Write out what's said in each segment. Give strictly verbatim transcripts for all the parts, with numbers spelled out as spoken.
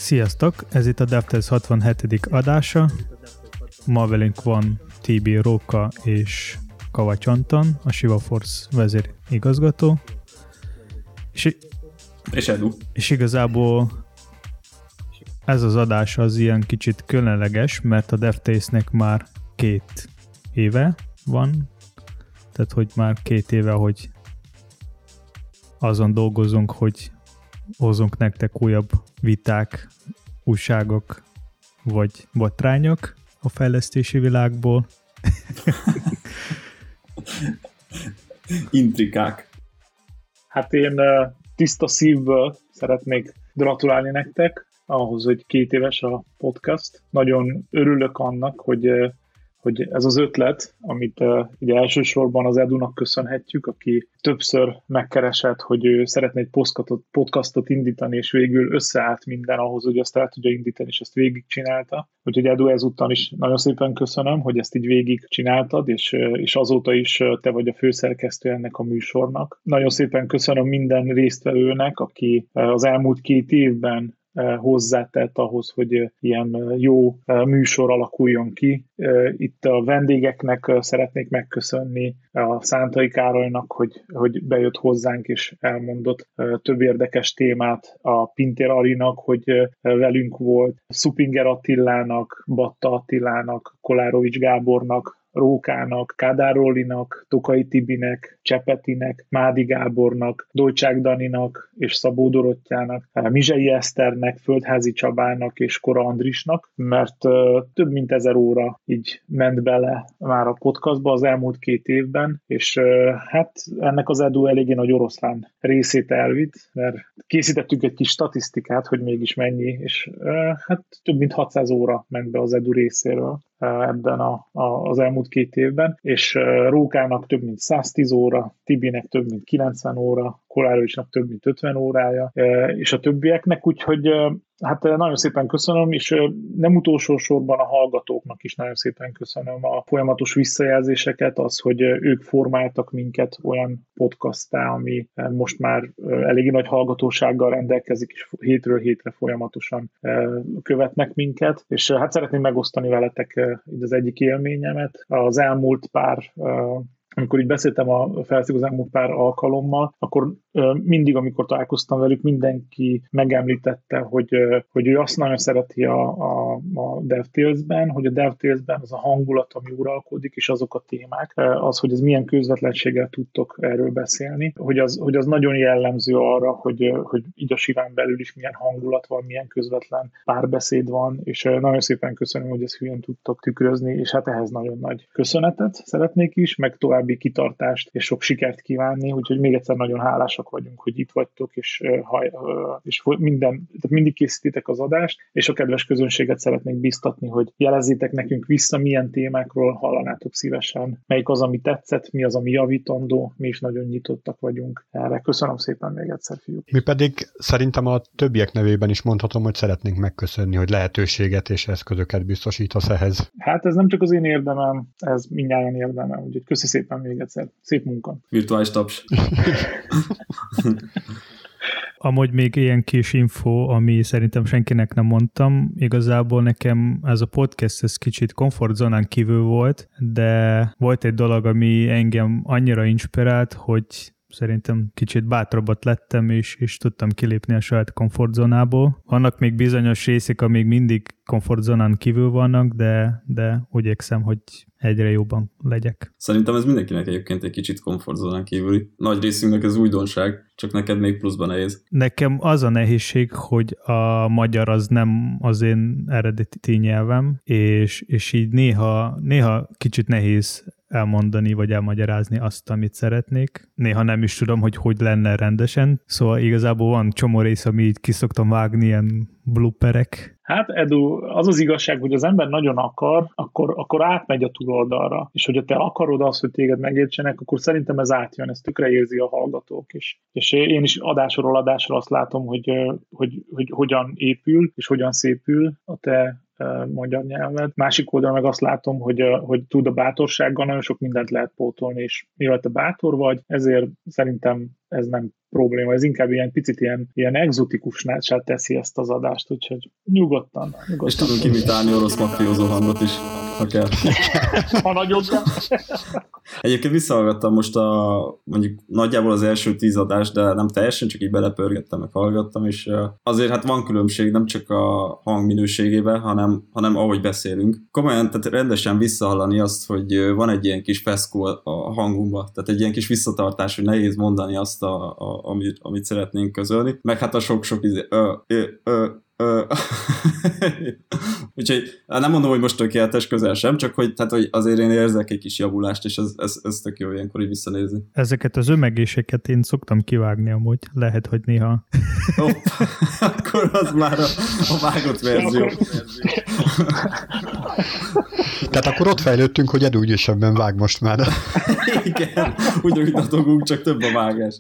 Sziasztok! Ez itt a DevTales hatvanhetedik adása. Ma velünk van té bé Róka és Kovács Anton, a ShivaForce vezér igazgató. És, és Edu. És igazából ez az adás az ilyen kicsit különleges, mert a DevTales-nek már két éve van. Tehát, hogy már két éve, hogy azon dolgozunk, hogy hozunk nektek újabb viták, újságok vagy botrányok a fejlesztési világból. Intrikák. Hát én tiszta szívből szeretnék gratulálni nektek ahhoz, hogy két éves a podcast. Nagyon örülök annak, hogy hogy ez az ötlet, amit uh, ugye elsősorban az Edunak köszönhetjük, aki többször megkeresett, hogy ő szeretne egy podcastot, podcastot indítani, és végül összeállt minden ahhoz, hogy ezt el tudja indítani, és ezt végigcsinálta. Úgyhogy Edu, ezúttal is nagyon szépen köszönöm, hogy ezt így végig csináltad, és, és azóta is te vagy a főszerkesztő ennek a műsornak. Nagyon szépen köszönöm minden résztvevőnek, aki az elmúlt két évben hozzátett ahhoz, hogy ilyen jó műsor alakuljon ki. Itt a vendégeknek szeretnék megköszönni, a Szántai Károlynak, hogy, hogy bejött hozzánk és elmondott több érdekes témát, a Pintér Arinak, hogy velünk volt, Szupinger Attilának, Batta Attilának, Kolárovics Gábornak, Rókának, Kádár Rollinak, Tokai Tibinek, Csepetinek, Mádi Gábornak, Dolcsák Daninak és Szabó Dorottyának, Mizsei Eszternek, Földházi Csabának és Kora Andrisnak, mert uh, több mint ezer óra így ment bele már a podcastba az elmúlt két évben, és uh, hát ennek az Edu eléggé nagy oroszlán részét elvitt, mert készítettünk egy kis statisztikát, hogy mégis mennyi, és uh, hát több mint hatszáz óra ment be az Edu részéről ebben a, a, az elmúlt két évben, és Rókának több mint száztíz óra, Tibinek több mint kilencven óra, Kolárovicsnak több mint ötven órája, és a többieknek, úgyhogy hát nagyon szépen köszönöm, és nem utolsó sorban a hallgatóknak is nagyon szépen köszönöm a folyamatos visszajelzéseket, az, hogy ők formáltak minket olyan podcasttá, ami most már eléggé nagy hallgatósággal rendelkezik, és hétről hétre folyamatosan követnek minket, és hát szeretném megosztani veletek így az egyik élményemet. Az elmúlt pár amikor így beszéltem a felszíg az elmúlt pár alkalommal, akkor mindig, amikor találkoztam velük, mindenki megemlítette, hogy, hogy ő azt nagyon szereti a, a, a DevTales-ben, hogy a DevTales-ben az a hangulat, ami uralkodik, és azok a témák, az, hogy ez milyen közvetlenséggel tudtok erről beszélni, hogy az, hogy az nagyon jellemző arra, hogy, hogy így a Shiván belül is milyen hangulat van, milyen közvetlen párbeszéd van, és nagyon szépen köszönöm, hogy ezt hülyen tudtok tükrözni, és hát ehhez nagyon nagy köszönetet szeretnék is, meg további kitartást és sok sikert kívánni, úgyhogy még egyszer nagyon hálásak vagyunk, hogy itt vagytok, és, és minden, tehát mindig készítitek az adást, és a kedves közönséget szeretnék biztatni, hogy jelezzétek nekünk vissza, milyen témákról hallanátok szívesen, melyik az, ami tetszett, mi az, ami javítandó, mi is nagyon nyitottak vagyunk erre. Köszönöm szépen még egyszer, fiúk. Mi pedig szerintem a többiek nevében is mondhatom, hogy szeretnénk megköszönni, hogy lehetőséget és eszközöket biztosítasz ehhez. Hát ez nem csak az én érdemem, ez mindnyájan érdemem, úgyhogy köszi szépen még egyszer. Szép munka. Virtuális taps. Amúgy még ilyen kis info, ami szerintem senkinek nem mondtam, igazából nekem ez a podcast ez kicsit komfortzónán kívül volt, de volt egy dolog, ami engem annyira inspirált, hogy szerintem kicsit bátrabbat lettem, és, és tudtam kilépni a saját komfortzónából. Vannak még bizonyos részek, amíg mindig komfortzónán kívül vannak, de, de úgy igyekszem, hogy egyre jobban legyek. Szerintem ez mindenkinek egyébként egy kicsit komfortzónán kívüli. Nagy részünknek ez újdonság, csak neked még pluszban nehéz. Nekem az a nehézség, hogy a magyar az nem az én eredeti nyelvem, és, és így néha, néha kicsit nehéz elmondani, vagy elmagyarázni azt, amit szeretnék. Néha nem is tudom, hogy hogy lenne rendesen. Szóval igazából van csomó rész, ami így ki szoktam vágni, ilyen blooperek. Hát Edu, az az igazság, hogy az ember nagyon akar, akkor, akkor átmegy a túloldalra. És hogyha te akarod azt, hogy téged megértsenek, akkor szerintem ez átjön, ez tökre érzi a hallgatók is. És én is adásról adásra azt látom, hogy, hogy, hogy, hogy hogyan épül, és hogyan szépül a te magyar nyelvet. Másik oldalon meg azt látom, hogy, hogy tud a bátorsággal nagyon sok mindent lehet pótolni, és mivel te bátor vagy, ezért szerintem ez nem probléma, ez inkább ilyen picit ilyen, ilyen egzotikusná teszi ezt az adást, úgyhogy nyugodtan. nyugodtan és tudunk imitálni orosz mafiózó hangot is, ha kell. Ha nagyon kell. Egyébként visszahallgattam most a, mondjuk nagyjából az első tíz adást, de nem teljesen, csak így belepörgettem, meg hallgattam, és azért hát van különbség nem csak a hang minőségében, hanem, hanem ahogy beszélünk. Komolyan, tehát rendesen visszahallani azt, hogy van egy ilyen kis feszkó a hangunkba, tehát egy ilyen kis visszatartás, hogy nehéz mondani azt, a, a, amit, amit szeretnénk közölni, meg hát a sok-sok izé, ö, ö, ö, úgyhogy nem mondom, hogy most tökéletes, közel sem, csak hogy, tehát, hogy azért én érzek egy kis javulást, és ez, ez, ez tök jó ilyenkor így visszanézni. Ezeket az ömegéseket én szoktam kivágni amúgy, lehet, hogy néha. Oh, akkor az már a, a vágott verzió. Tehát akkor ott fejlődtünk, hogy Edu ügyesebben vág most már. Igen, úgy rögtatogunk, csak több a vágás.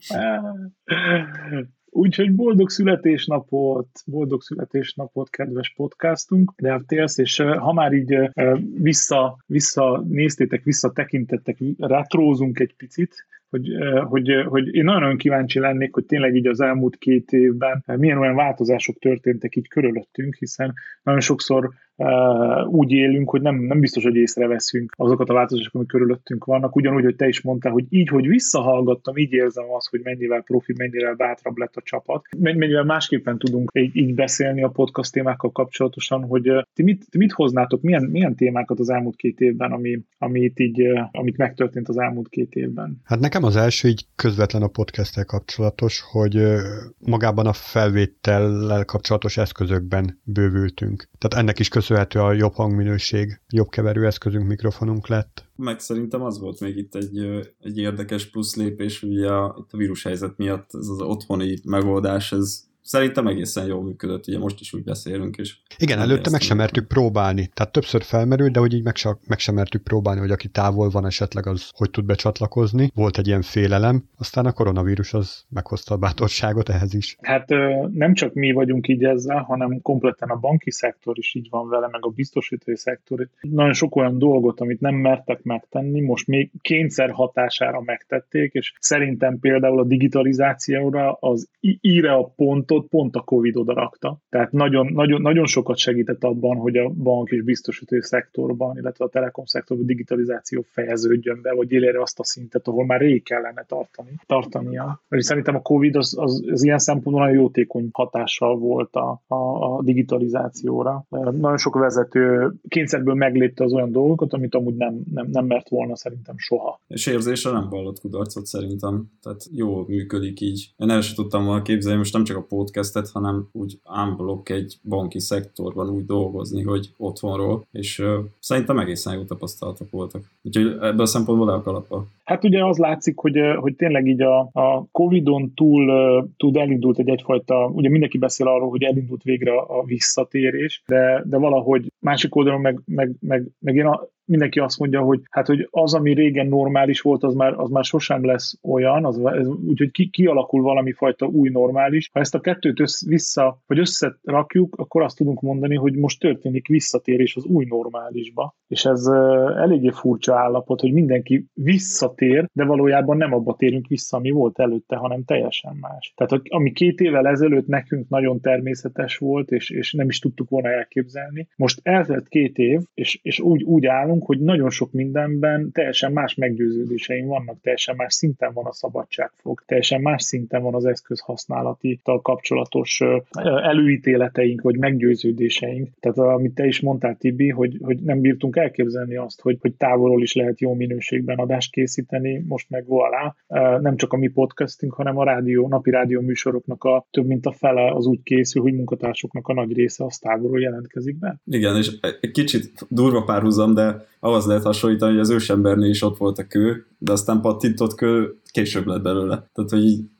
Úgyhogy boldog születésnapot, boldog születésnapot, kedves podcastunk, DevTales, és ha már így vissza, vissza néztétek, visszatekintettek, retrózunk egy picit, hogy, hogy, hogy én nagyon kíváncsi lennék, hogy tényleg így az elmúlt két évben milyen olyan változások történtek így körülöttünk, hiszen nagyon sokszor Uh, úgy élünk, hogy nem, nem biztos, hogy észreveszünk azokat a változásokat, amik körülöttünk vannak. Ugyanúgy, hogy te is mondtál, hogy így, hogy visszahallgattam, így érzem azt, hogy mennyivel profi, mennyivel bátrabb lett a csapat. Mennyivel másképpen tudunk így, így beszélni a podcast témákkal kapcsolatosan, hogy uh, ti, mit, ti mit hoznátok, milyen, milyen témákat az elmúlt két évben, ami, amit így, uh, amit megtörtént az elmúlt két évben? Hát nekem az első így közvetlen a podcasttel kapcsolatos, hogy uh, magában a felvétellel kapcsolatos eszközökben bővültünk. Tehát ennek is köszönhető a jobb hangminőség, jobb keverőeszközünk, mikrofonunk lett. Meg szerintem az volt még itt egy, egy érdekes plusz lépés, ugye a, itt a vírushelyzet miatt ez az otthoni megoldás, ez szerintem egészen jól működött, ugye most is úgy beszélünk. És igen, előtte meg sem mertük próbálni. Tehát többször felmerült, de hogy így meg, se, meg sem mertük próbálni, hogy aki távol van esetleg, az hogy tud becsatlakozni. Volt egy ilyen félelem, aztán a koronavírus az meghozta a bátorságot ehhez is. Hát nem csak mi vagyunk így ezzel, hanem kompletten a banki szektor is így van vele, meg a biztosítói szektor. Nagyon sok olyan dolgot, amit nem mertek megtenni, most még kényszer hatására megtették, és szerintem például a digitalizációra az íre a pontot pont a Covid oda rakta. Tehát nagyon, nagyon, nagyon sokat segített abban, hogy a bank és biztosítói szektorban, illetve a telekom szektorban digitalizáció fejeződjön be, vagy elérje azt a szintet, ahol már rég kellene tartani, tartania. Mert szerintem a Covid az, az, az ilyen szempontból nagyon jótékony hatással volt a, a, a digitalizációra. Nagyon sok vezető kényszerből meglépte az olyan dolgokat, amit amúgy nem, nem, nem mert volna szerintem soha. És érzésre nem vallott kudarcot szerintem. Tehát jól működik így. Én el sem tudtam volna képzelni, most nem csak a podcastet, hanem úgy unblock egy banki szektorban úgy dolgozni, hogy otthonról, és uh, szerintem egészen jó tapasztalatok voltak. Úgyhogy ebből a szempontból le a kalappa. Hát ugye az látszik, hogy, hogy tényleg így a, a Covidon túl tud elindult egy egyfajta, ugye mindenki beszél arról, hogy elindult végre a visszatérés, de, de valahogy másik oldalon meg, meg, meg, meg én a, mindenki azt mondja, hogy hát, hogy az, ami régen normális volt, az már, az már sosem lesz olyan, az, úgyhogy ki, kialakul valami fajta új normális. Ha ezt a kettőt össz, vissza, vagy összerakjuk, akkor azt tudunk mondani, hogy most történik visszatérés az új normálisba. És ez uh, eléggé furcsa állapot, hogy mindenki visszatér, de valójában nem abba térünk vissza, ami volt előtte, hanem teljesen más. Tehát ami két évvel ezelőtt nekünk nagyon természetes volt, és, és nem is tudtuk volna elképzelni. Most eltelt két év, és, és úgy, úgy állunk, hogy nagyon sok mindenben teljesen más meggyőződéseink vannak, teljesen más szinten van a szabadságfok, teljesen más szinten van az eszközhasználattal kapcsolatos előítéleteink, vagy meggyőződéseink. Tehát amit te is mondtál, Tibi, hogy, hogy nem bírtunk elképzelni azt, hogy, hogy távolról is lehet jó minőségben adást készíteni, most meg voilà. Nem csak a mi podcastünk, hanem a rádió, napi rádió műsoroknak a több mint a fele az úgy készül, hogy munkatársoknak a nagy része az távolról jelentkezik be. Igen, és egy kicsit durva párhuzam, de ahhoz lehet hasonlítani, hogy az ősembernél is ott volt a kő, de aztán pattintott kő később lett belőle. Tehát, hogy így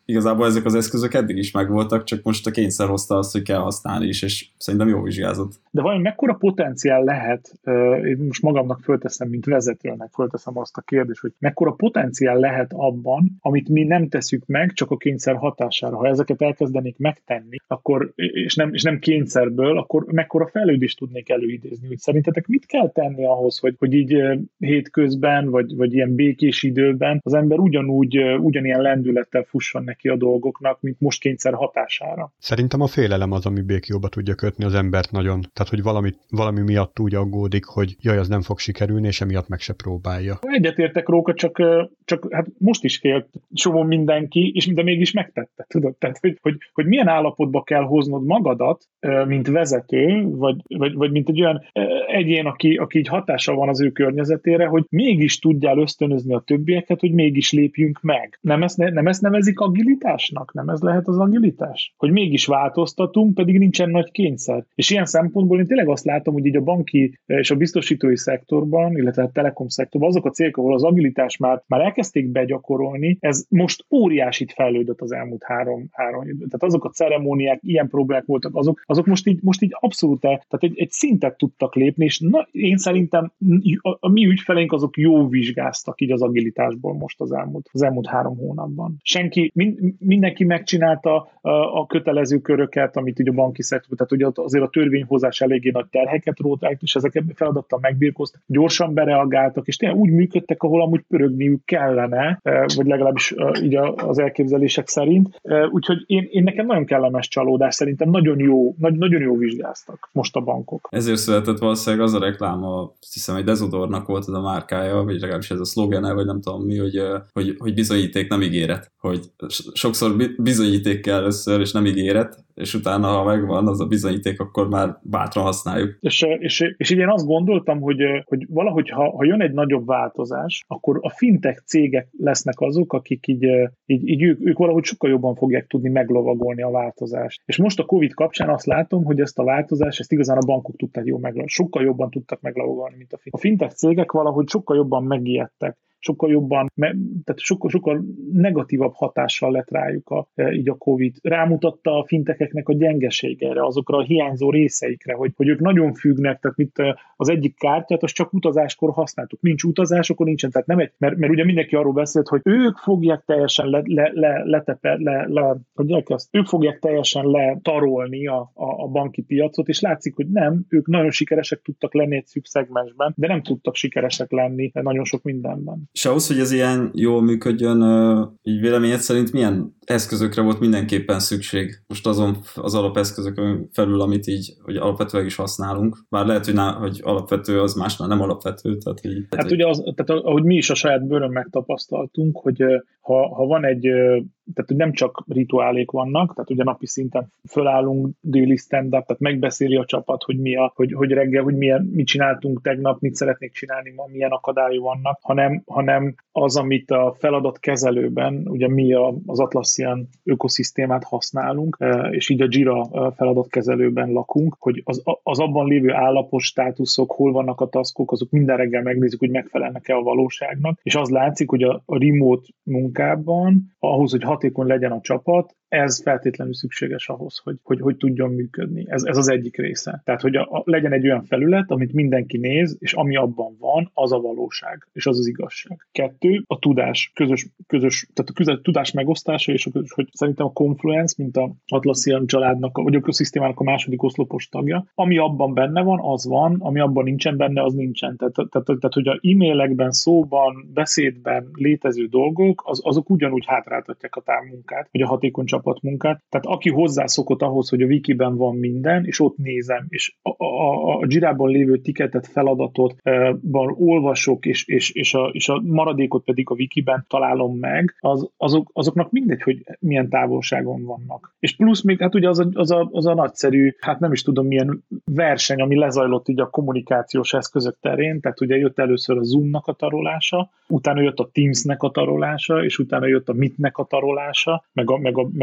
igazából ezek az eszközök eddig is megvoltak, csak most a kényszer hozta azt, hogy kell használni is, és szerintem jó vizsgázott. De vajon mekkora potenciál lehet, én most magamnak fölteszem, mint vezetőnek fölteszem azt a kérdést, hogy mekkora potenciál lehet abban, amit mi nem teszünk meg, csak a kényszer hatására. Ha ezeket elkezdenék megtenni, akkor, és nem, és nem kényszerből, akkor mekkora fejlődést tudnék előidézni. Hogy szerintetek mit kell tenni ahhoz, hogy, hogy így hétközben, vagy, vagy ilyen békés időben az ember ugyanúgy, ugyanilyen lendülettel fusson neki a dolgoknak, mint most kényszer hatására? Szerintem a félelem az, ami békjóba tudja kötni az embert nagyon. Tehát, hogy valami, valami miatt úgy aggódik, hogy jaj, az nem fog sikerülni, és emiatt meg se próbálja. Egyetértek, Róka, csak, csak hát most is félt csomó mindenki, és de mégis megtette, tudod? Tehát, hogy, hogy, hogy milyen állapotba kell hoznod magadat, mint vezető, vagy, vagy, vagy mint egy olyan egyén, aki, aki így hatással van az ő környezetére, hogy mégis tudjál ösztönözni a többieket, hogy mégis lépjünk meg. Nem ezt, nem ezt nevezik agilitásnak? Nem ez lehet az agilitás? Hogy mégis változtatunk, pedig nincsen nagy kényszer. És ilyen szempontból én tényleg azt látom, hogy így a banki és a biztosítói szektorban, illetve a telekom szektorban azok a cégek, ahol az agilitás már, már elkezdték begyakorolni, ez most óriásit fejlődött az elmúlt három, három évben. Tehát azok a ceremóniák, ilyen problémák voltak, azok, azok most így, most így abszolút, tehát egy, egy szintet tudtak lépni, és na, én szerintem a, a mi ügyfeleink azok jó vizsgáztak így az agilitásból most az elmúlt, az elmúlt három hónapban. Senki, min, mindenki megcsinálta a, a kötelező köröket, amit így a banki szektor, tehát ugye azért a törvényhozás eléggé nagy terheket rót, és ezeket feladattal megbírkoztak, gyorsan bereagáltak, és tényleg úgy működtek, ahol amúgy pörögniük kellene, vagy legalábbis így az elképzelések szerint. Úgyhogy én, én nekem nagyon kellemes csalódás, szerintem nagyon jó, nagyon jó vizsgáztak most a bankok. Ezért született valószínűleg az a reklám, azt hiszem, hogy Dezodornak volt ez a márkája, vagy legalábbis ez a szlogene, vagy nem tudom mi, hogy, hogy, hogy bizonyíték nem ígéret. Hogy sokszor bizonyíték kell először, és nem ígéret, és utána, ha megvan az a bizonyíték, akkor már bátran használjuk. És, és, és így én azt gondoltam, hogy, hogy valahogy, ha, ha jön egy nagyobb változás, akkor a fintech cégek lesznek azok, akik így, így, így ők, ők valahogy sokkal jobban fogják tudni meglovagolni a változást. És most a Covid kapcsán azt látom, hogy ezt a változást, ezt igazán a bankok tudták jól meglovagolni, sokkal jobban tudtak meglovagolni, mint a fintech. A fintech cégek valahogy sokkal jobban megijedtek, sokkal jobban, tehát sokkal, sokkal negatívabb hatással lett rájuk a, így a Covid. Rámutatta a fintekeknek a gyengeségére, azokra a hiányzó részeikre, hogy, hogy ők nagyon függnek, tehát mit az egyik kártyát, azt csak utazáskor használtuk. Nincs utazás, akkor nincsen, tehát nem egy, mert, mert ugye mindenki arról beszélt, hogy ők fogják teljesen le, le, le, letepe, le, le, hogy elkezd, ők fogják teljesen letarolni a, a, a banki piacot, és látszik, hogy nem, ők nagyon sikeresek tudtak lenni egy szűk szegmensben, de nem tudtak sikeresek lenni nagyon sok mindenben. És ahhoz, hogy ez ilyen jól működjön, így véleményed szerint milyen eszközökre volt mindenképpen szükség? Most azon az alapeszközökön felül, amit így hogy alapvetően is használunk. Bár lehet, hogy, ná, hogy alapvető, az másnál nem alapvető. Tehát így, hát hogy... ugye, az, tehát ahogy mi is a saját bőrön megtapasztaltunk, hogy ha, ha van egy, tehát hogy nem csak rituálék vannak, tehát ugye napi szinten fölállunk déli stand-up, tehát megbeszéli a csapat, hogy mi a, hogy, hogy reggel, hogy milyen, mit csináltunk tegnap, mit szeretnék csinálni ma, milyen akadályok vannak, hanem, hanem az, amit a feladatkezelőben, ugye mi a, az Atlassian ökoszisztémát használunk, és így a Jira feladatkezelőben lakunk, hogy az, az abban lévő állapot, státuszok, hol vannak a taskok, azok minden reggel megnézzük, hogy megfelelnek-e a valóságnak, és az látszik, hogy a, a remote munkában, ahhoz, hogy hatékony legyen a csapat, ez feltétlenül szükséges ahhoz, hogy, hogy, hogy tudjon működni. Ez, ez az egyik része. Tehát, hogy a, a, legyen egy olyan felület, amit mindenki néz, és ami abban van, az a valóság, és az az igazság. Kettő, a tudás, közös, közös tehát a közös, tudás megosztása, és a közös, hogy szerintem a Confluence, mint a Atlassian családnak, vagy a ökoszisztémának a második oszlopos tagja, ami abban benne van, az van, ami abban nincsen benne, az nincsen. Tehát, tehát, tehát, tehát hogy a e-mailekben, szóban, beszédben létező dolgok, az, azok ugyanúgy hátráltatják a távmunkát, vagy a hatékony csapatmunkát. Tehát aki hozzászokott ahhoz, hogy a wikiben van minden, és ott nézem, és a, a, a Jirában lévő tiketet, feladatot van olvasok, és, és, és, a, és a maradékot pedig a wikiben találom meg, az, azok, azoknak mindegy, hogy milyen távolságon vannak. És plusz még, hát ugye az a, az, a, az a nagyszerű, hát nem is tudom milyen verseny, ami lezajlott így a kommunikációs eszközök terén, tehát ugye jött először a Zoomnak a tarolása, utána jött a Teamsnek a tarolása, és utána jött a Meetnek a tarolása, meg a, meg a, meg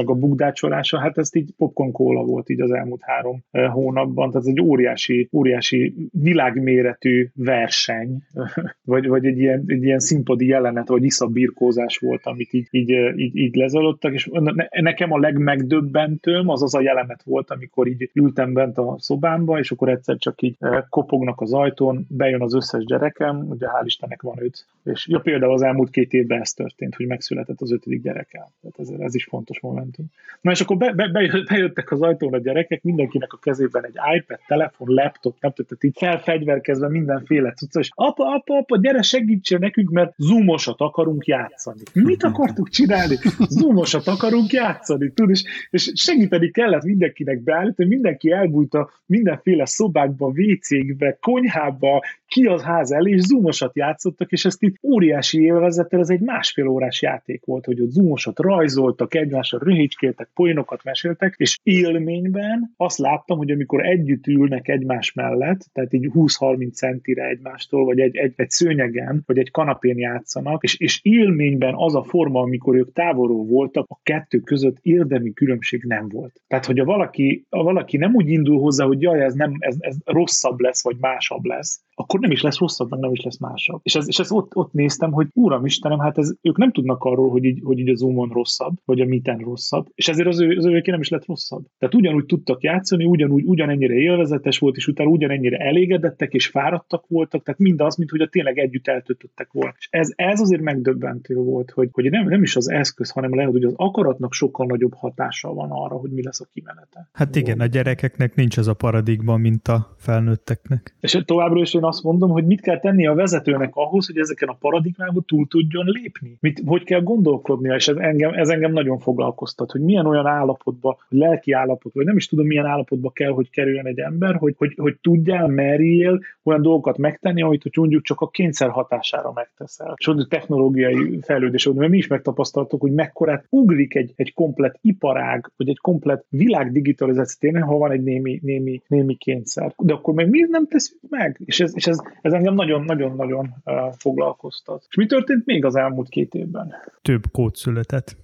meg a bukdácsolása, hát ezt így popcorn kóla volt így az elmúlt három hónapban, tehát ez egy óriási, óriási világméretű verseny, vagy, vagy egy, ilyen, egy ilyen színpadi jelenet, vagy iszabirkózás volt, amit így, így, így, így lezajlottak, és nekem a legmegdöbbentőm az az a jelenet volt, amikor így ültem bent a szobámba, és akkor egyszer csak így kopognak az ajtón, bejön az összes gyerekem, ugye hál' Istennek van öt, és ja, például az elmúlt két évben ez történt, hogy megszületett az ötödik gyerekem. Tehát ez, ez is fontos momentum. Na és akkor be, be, bejöttek az ajtón a gyerekek, mindenkinek a kezében egy iPad, telefon, laptop, nem tudod, így felfegyverkezve mindenféle cucca, és apa, apa, apa, gyere segítsen nekünk, mert zoomosat akarunk játszani. Mit akartuk csinálni? Zoomosat akarunk játszani, tudod, és, és segíteni kellett mindenkinek beállítani, mindenki elbújt a mindenféle szobákba, vécékbe, konyhába, ki az ház elé, és zoomosat játszottak, és ezt itt óriási élvezettel, ez egy másfél órás játék volt, hogy ott zoomosat rajzoltak, egymásra röhicskéltek, poénokat meséltek, és élményben azt láttam, hogy amikor együtt ülnek egymás mellett, tehát így húsz-harminc centire egymástól, vagy egy, egy, egy szőnyegen, vagy egy kanapén játszanak, és, és élményben az a forma, amikor ők távolról voltak, a kettő között érdemi különbség nem volt. Tehát, hogy a valaki, a valaki nem úgy indul hozzá, hogy jaj, ez, nem, ez, ez rosszabb lesz, vagy másabb lesz, akkor nem is lesz rosszabb, meg nem is lesz másabb. És, ez, és ezt ott, ott néztem, hogy Uram Istenem, hát ez, ők nem tudnak arról, hogy így, hogy így a Zoomon rosszabb, vagy a Meeten rosszabb, és ezért az, ő, az őké nem is lett rosszabb. Tehát ugyanúgy tudtak játszani, ugyanúgy, ugyanennyire élvezetes volt, és utána ugyanennyire elégedettek, és fáradtak voltak, tehát mindaz, mint hogy a tényleg együtt eltöltöttek volna. És ez, ez azért megdöbbentő volt, hogy, hogy nem, nem is az eszköz, hanem lehet, hogy az akaratnak sokkal nagyobb hatása van arra, hogy mi lesz a kimenete. Hát igen, a gyerekeknek nincs ez a paradigma, mint a felnőtteknek. És továbbra is én azt mondom, hogy mit kell tenni a vezetőnek ahhoz, hogy ezeken a paradigmákon túl tudjon lépni. Mit, hogy kell gondolkodnia, és ez engem, ez engem nagyon foglalkoztat, hogy milyen olyan állapotba, lelki állapot, vagy nem is tudom, milyen állapotba kell, hogy kerüljön egy ember, hogy, hogy, hogy tudjál, merjél olyan dolgokat megtenni, amit hogy mondjuk csak a kényszer hatására megteszel. És ott technológiai fejlődés, mert mi is megtapasztaltuk, hogy mekkorát ugrik egy, egy komplett iparág, vagy egy komplett világ digitalizáció, ha van egy némi, némi, némi kényszer. De akkor meg mi nem teszünk meg? És ez, és ez, ez engem nagyon-nagyon-nagyon uh, foglalkoztat. És mi történt még az elmúlt két évben? Több kód született.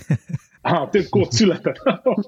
Ah, több kód született.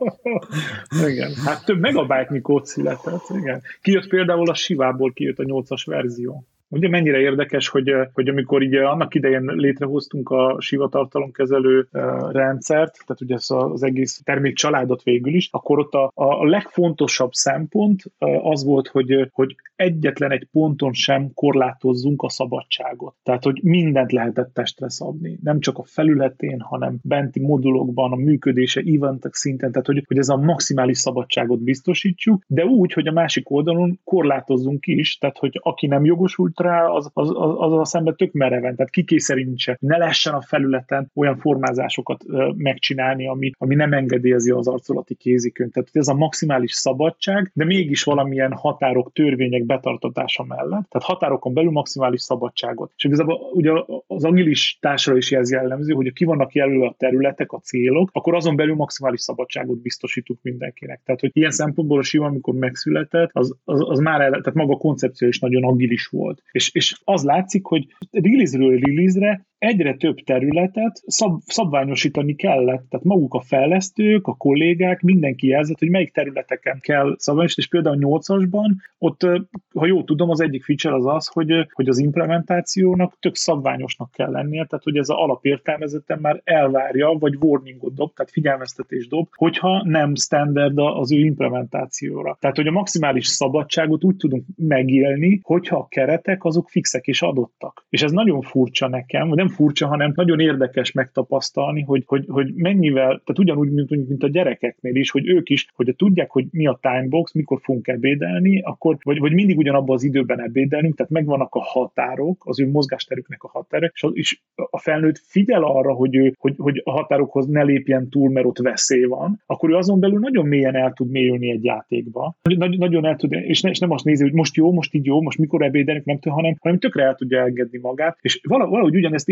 Igen, hát több megabájtnyi kód született. Igen. Kijött például a Sivából, kijött a nyolcas verzió. Ugye mennyire érdekes, hogy, hogy amikor így annak idején létrehoztunk a Siva tartalomkezelő rendszert, tehát ugye ez az egész termékcsaládot végül is, akkor ott a, a legfontosabb szempont az volt, hogy, hogy egyetlen egy ponton sem korlátozzunk a szabadságot. Tehát, hogy mindent lehetett testre szabni. Nem csak a felületén, hanem benti modulokban, a működése, eventek szinten, tehát, hogy, hogy ez a maximális szabadságot biztosítsuk, de úgy, hogy a másik oldalon korlátozzunk is, tehát, hogy aki nem jogosult rá, az, az, az, az a szemben tök mereven, tehát kikényszerítse, ne lehessen a felületen olyan formázásokat ö, megcsinálni, ami, ami nem engedélyezi az arculati kézikönyv. Tehát ez a maximális szabadság, de mégis valamilyen határok, törvények betartatása mellett, tehát határokon belül maximális szabadságot. És igazából ugye az agilistásra is ez jellemző, hogy ki vannak jelölve a területek, a célok, akkor azon belül maximális szabadságot biztosítunk mindenkinek. Tehát, hogy ilyen szempontból a Siva, amikor megszületett, az, az, az már el, tehát maga a koncepció is nagyon agilis volt. És, és az látszik, hogy release-ről release-re egyre több területet szab, szabványosítani kellett. Tehát maguk a fejlesztők, a kollégák, mindenki jelzett, hogy melyik területeken kell szabványosítani, és például a nyolcasban ott, ha jól tudom, az egyik feature az az, hogy, hogy az implementációnak tök szabványosnak kell lennie, tehát hogy ez az alapértelmezetten már elvárja, vagy warningot dob, tehát figyelmeztetés dob, hogyha nem standard az ő implementációra. Tehát, hogy a maximális szabadságot úgy tudunk megélni, hogyha a keretek azok fixek és adottak. És ez nagyon furcsa nekem, nem furcsa, hanem nagyon érdekes megtapasztalni, hogy, hogy, hogy mennyivel, tehát ugyanúgy, mint, mint a gyerekeknél is, hogy ők is, hogy tudják, hogy mi a timebox, mikor fogunk ebédelni, akkor, vagy, vagy mindig ugyanabban az időben ebédelünk, tehát megvannak a határok, az ő mozgásterüknek a határok, és, és a felnőtt figyel arra, hogy, ő, hogy, hogy a határokhoz ne lépjen túl, mert ott veszély van, akkor ő azon belül nagyon mélyen el tud mélyülni egy játékba. Nagy, nagyon el tud, és, ne, és nem azt nézi, hogy most jó, most így jó, most mikor ebédelünk, nem tudom, hanem, hanem tökre el tudja engedni magát, és valahogy ugyanezt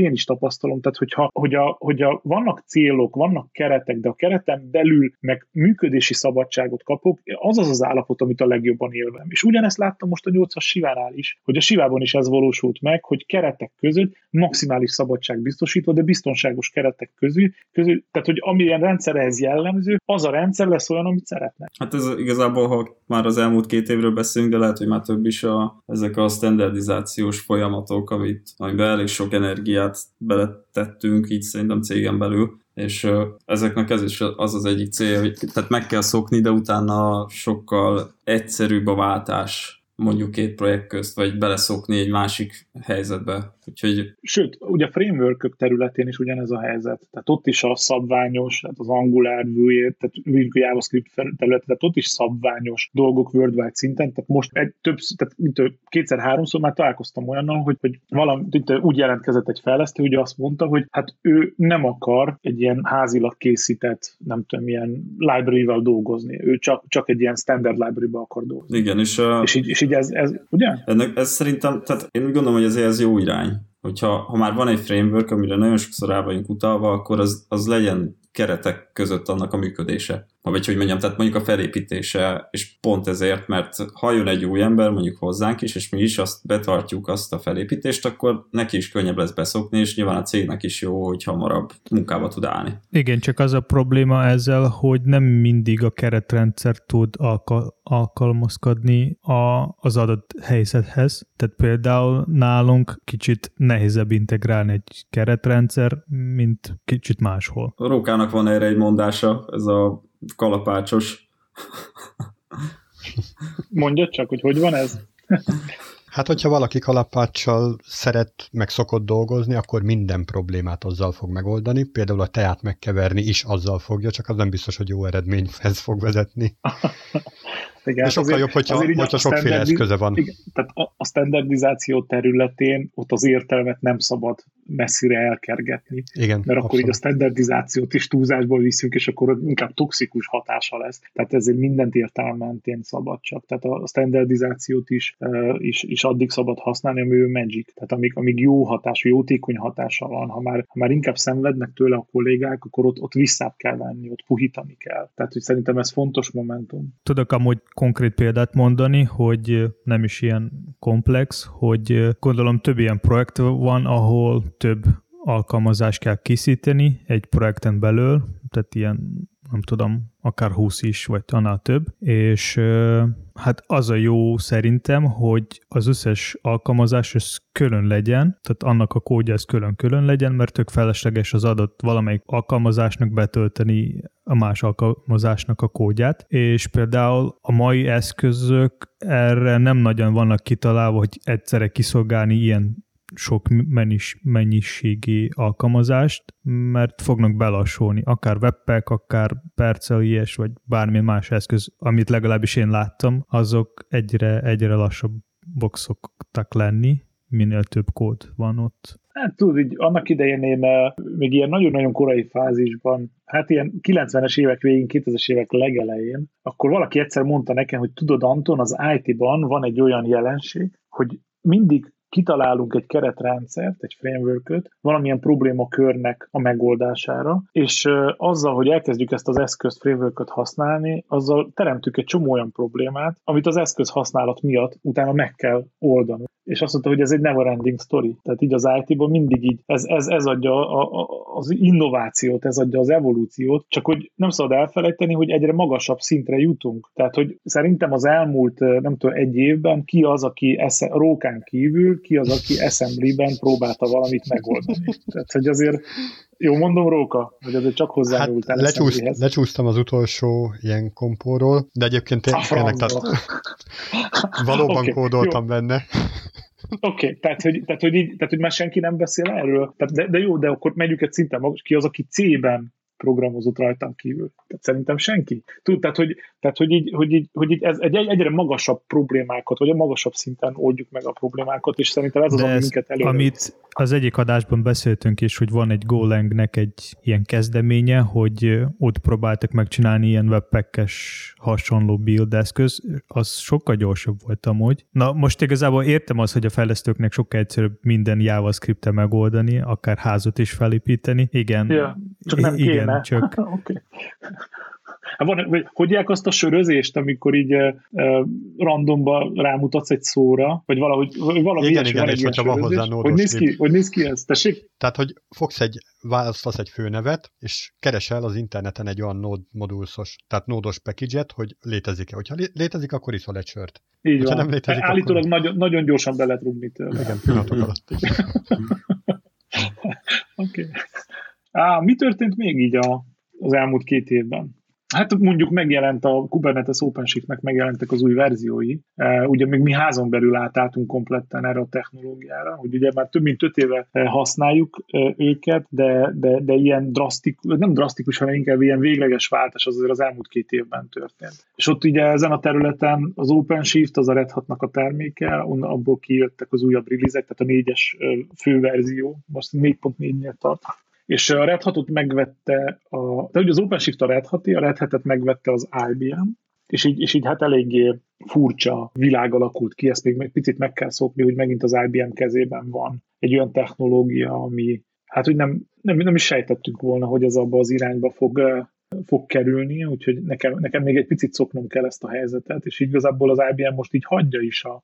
én is tapasztalom, tehát hogyha, hogy a, hogy a, vannak célok, vannak keretek, de a kereten belül meg működési szabadságot kapok, az az az állapot, amit a legjobban élvem. És ugyanezt láttam most a nyolcas Sivánál is, hogy a Sivában is ez valósult meg, hogy keretek között maximális szabadság biztosítva, de biztonságos keretek közül, közül tehát hogy amilyen rendszerhez jellemző, az a rendszer lesz olyan, amit szeretnek. Hát ez igazából, ha már az elmúlt két évről beszélünk, de lehet, hogy már több is a, ezek a standardizációs folyamatok, amit, amiben elég sok energiát beletettünk, így szerintem cégen belül, és uh, ezeknek ez is az az egyik cél, hogy tehát meg kell szokni, de utána sokkal egyszerűbb a váltás mondjuk két projekt közt, vagy beleszokni egy másik helyzetbe. Úgyhogy... Sőt, ugye a framework területén is ugyanez a helyzet. Tehát ott is a szabványos, tehát az Angular, Vue, tehát a JavaScript terület, tehát ott is szabványos dolgok worldwide szinten. Tehát most egy több, tehát mint kétszer-háromszor már találkoztam olyannal, hogy, hogy valami, úgy jelentkezett egy fejlesztő, hogy azt mondta, hogy hát ő nem akar egy ilyen házilag készített, nem tudom, milyen library-val dolgozni. Ő csak, csak egy ilyen standard library-ba akar dolgozni. Igen, és, a... és így, és így ez, ez, ugye? Ennek, ez szerintem, tehát én úgy gondolom, hogy ezért ez jó irány. Hogyha ha már van egy framework, amire nagyon sokszor rá vagyunk utalva, akkor az, az legyen keretek között annak a működése. Vagy hogy mondjam, tehát mondjuk a felépítése, és pont ezért, mert ha jön egy új ember mondjuk hozzánk is, és mi is azt betartjuk azt a felépítést, akkor neki is könnyebb lesz beszokni, és nyilván a cégnek is jó, hogy hamarabb munkába tud állni. Igen, csak az a probléma ezzel, hogy nem mindig a keretrendszer tud alka- alkalmazkodni a, az adott helyzethez. Tehát például nálunk kicsit nehézebb integrálni egy keretrendszer, mint kicsit máshol. A Rókának van erre egy mondása, ez a kalapácsos. Mondjad csak, hogy hogy van ez? Hát, hogyha valaki kalapáccsal szeret, meg szokott dolgozni, akkor minden problémát azzal fog megoldani. Például a teát megkeverni is azzal fogja, csak az nem biztos, hogy jó eredményhez fog vezetni. Igen, de sokkal azért, jobb, hogyha, hogyha sokféle eszköze van. Igen, tehát a, a standardizáció területén ott az értelmet nem szabad messzire elkergetni. Igen, mert akkor abszolút. így a standardizációt is túlzásból viszünk, és akkor inkább toxikus hatása lesz. Tehát ezért mindent értelmentén szabad csak. Tehát a standardizációt is, uh, is, is addig szabad használni, ami ő magic. Tehát amíg, amíg jó hatású, jótékony hatása van, ha már, ha már inkább szenvednek tőle a kollégák, akkor ott, ott visszább kell venni, ott puhítani kell. Tehát hogy szerintem ez fontos momentum. Tudok amúgy konkrét példát mondani, hogy nem is ilyen komplex, hogy gondolom több ilyen projekt van, ahol több alkalmazást kell készíteni egy projekten belül, tehát ilyen, nem tudom, akár húsz is, vagy annál több, és hát az a jó szerintem, hogy az összes alkalmazás az külön legyen, tehát annak a kódja az külön-külön legyen, mert tök felesleges az adott valamelyik alkalmazásnak betölteni a más alkalmazásnak a kódját, és például a mai eszközök erre nem nagyon vannak kitalálva, hogy egyszerre kiszolgálni ilyen sok mennyis, mennyiségi alkalmazást, mert fognak belassulni, akár webpack, akár percelies, vagy bármilyen más eszköz, amit legalábbis én láttam, azok egyre, egyre lassabbak szoktak lenni, minél több kód van ott. Hát tudod, így annak idején én még ilyen nagyon-nagyon korai fázisban, hát ilyen kilencvenes évek végén, kétezres évek legelején, akkor valaki egyszer mondta nekem, hogy tudod, Anton, az í té-ban van egy olyan jelenség, hogy mindig kitalálunk egy keretrendszert, egy frameworköt, valamilyen problémakörnek a megoldására, és azzal, hogy elkezdjük ezt az eszközt, frameworköt használni, azzal teremtük egy csomó olyan problémát, amit az eszköz használat miatt utána meg kell oldani. És azt mondta, hogy ez egy never ending story. Tehát így az í té-ban mindig így, ez, ez, ez adja a, a, az innovációt, ez adja az evolúciót, csak hogy nem szabad elfelejteni, hogy egyre magasabb szintre jutunk. Tehát, hogy szerintem az elmúlt, nem tudom, egy évben ki az, aki esze, Rókán kívül, ki az, aki assembly-ben próbálta valamit megoldani. Tehát, hogy azért jó mondom, Róka, hogy azért csak hozzányúltál hát lecsúszt, lecsúsztam az utolsó ilyen kompóról, de egyébként tényleg valóban okay, kódoltam jó. benne. Oké, okay, tehát, hogy, tehát, hogy így, tehát, hogy már senki nem beszél erről. Tehát, de, de jó, de akkor megyünk egy szinten magas, ki az, aki C-ben programozott rajtam kívül. Tehát szerintem senki. Tud, tehát, hogy, tehát, hogy így, hogy így, hogy így ez egy, egyre magasabb problémákat, vagy a magasabb szinten oldjuk meg a problémákat, és szerintem ez az, De ami ez, minket előre. Amit az egyik adásban beszéltünk is, hogy van egy Golangnek egy ilyen kezdeménye, hogy ott próbáltak megcsinálni ilyen webpack-es hasonló build eszköz, az sokkal gyorsabb volt amúgy. Na most igazából értem azt, hogy a fejlesztőknek sokkal egyszerűbb minden JavaScript-tel megoldani, akár házat is felépíteni. Igen, ja, csak nem igen, kéne. Csak... okay. Hát van, hogyják azt a sörözést, amikor így uh, randomba rámutatsz egy szóra, vagy valahogy vagy valami igen, igen, és hogyha van hozzá hogy néz ki, hogy néz ki ez? Tessék? Tehát, hogy fogsz egy, választasz egy főnevet, és keresel az interneten egy olyan node modulsos, tehát nódos package-et, hogy létezik-e. Hogyha létezik, akkor iszol egy sört. Így hogyha van. Nem létezik, állítólag akkor... nagyon, nagyon gyorsan be lehet rúgni tőle. Igen, pillanatok alatt. Oké. Okay. Á, mi történt még így a, az elmúlt két évben? Hát mondjuk megjelent a Kubernetes OpenShift-nek megjelentek az új verziói. Ugye még mi házon belül átálltunk kompletten erre a technológiára, hogy ugye már több mint öt éve használjuk őket, de, de, de ilyen drasztikus, nem drasztikus, hanem inkább ilyen végleges váltás az azért az elmúlt két évben történt. És ott ugye ezen a területen az OpenShift, az a Red Hatnak a terméke, abból kijöttek az újabb release-ek, tehát a négyes főverzió, most négy pont négynél tart. És a Red Hatot megvette, a, de ugye az OpenShift a Red Hat-i, a Red Hat-et megvette az I B M, és így, és így hát eléggé furcsa világ alakult ki, ezt még egy picit meg kell szokni, hogy megint az I B M kezében van egy olyan technológia, ami, hát hogy nem, nem, nem is sejtettünk volna, hogy ez abba az irányba fog, fog kerülni, úgyhogy nekem, nekem még egy picit szoknom kell ezt a helyzetet, és igazából az I B M most így hagyja is a,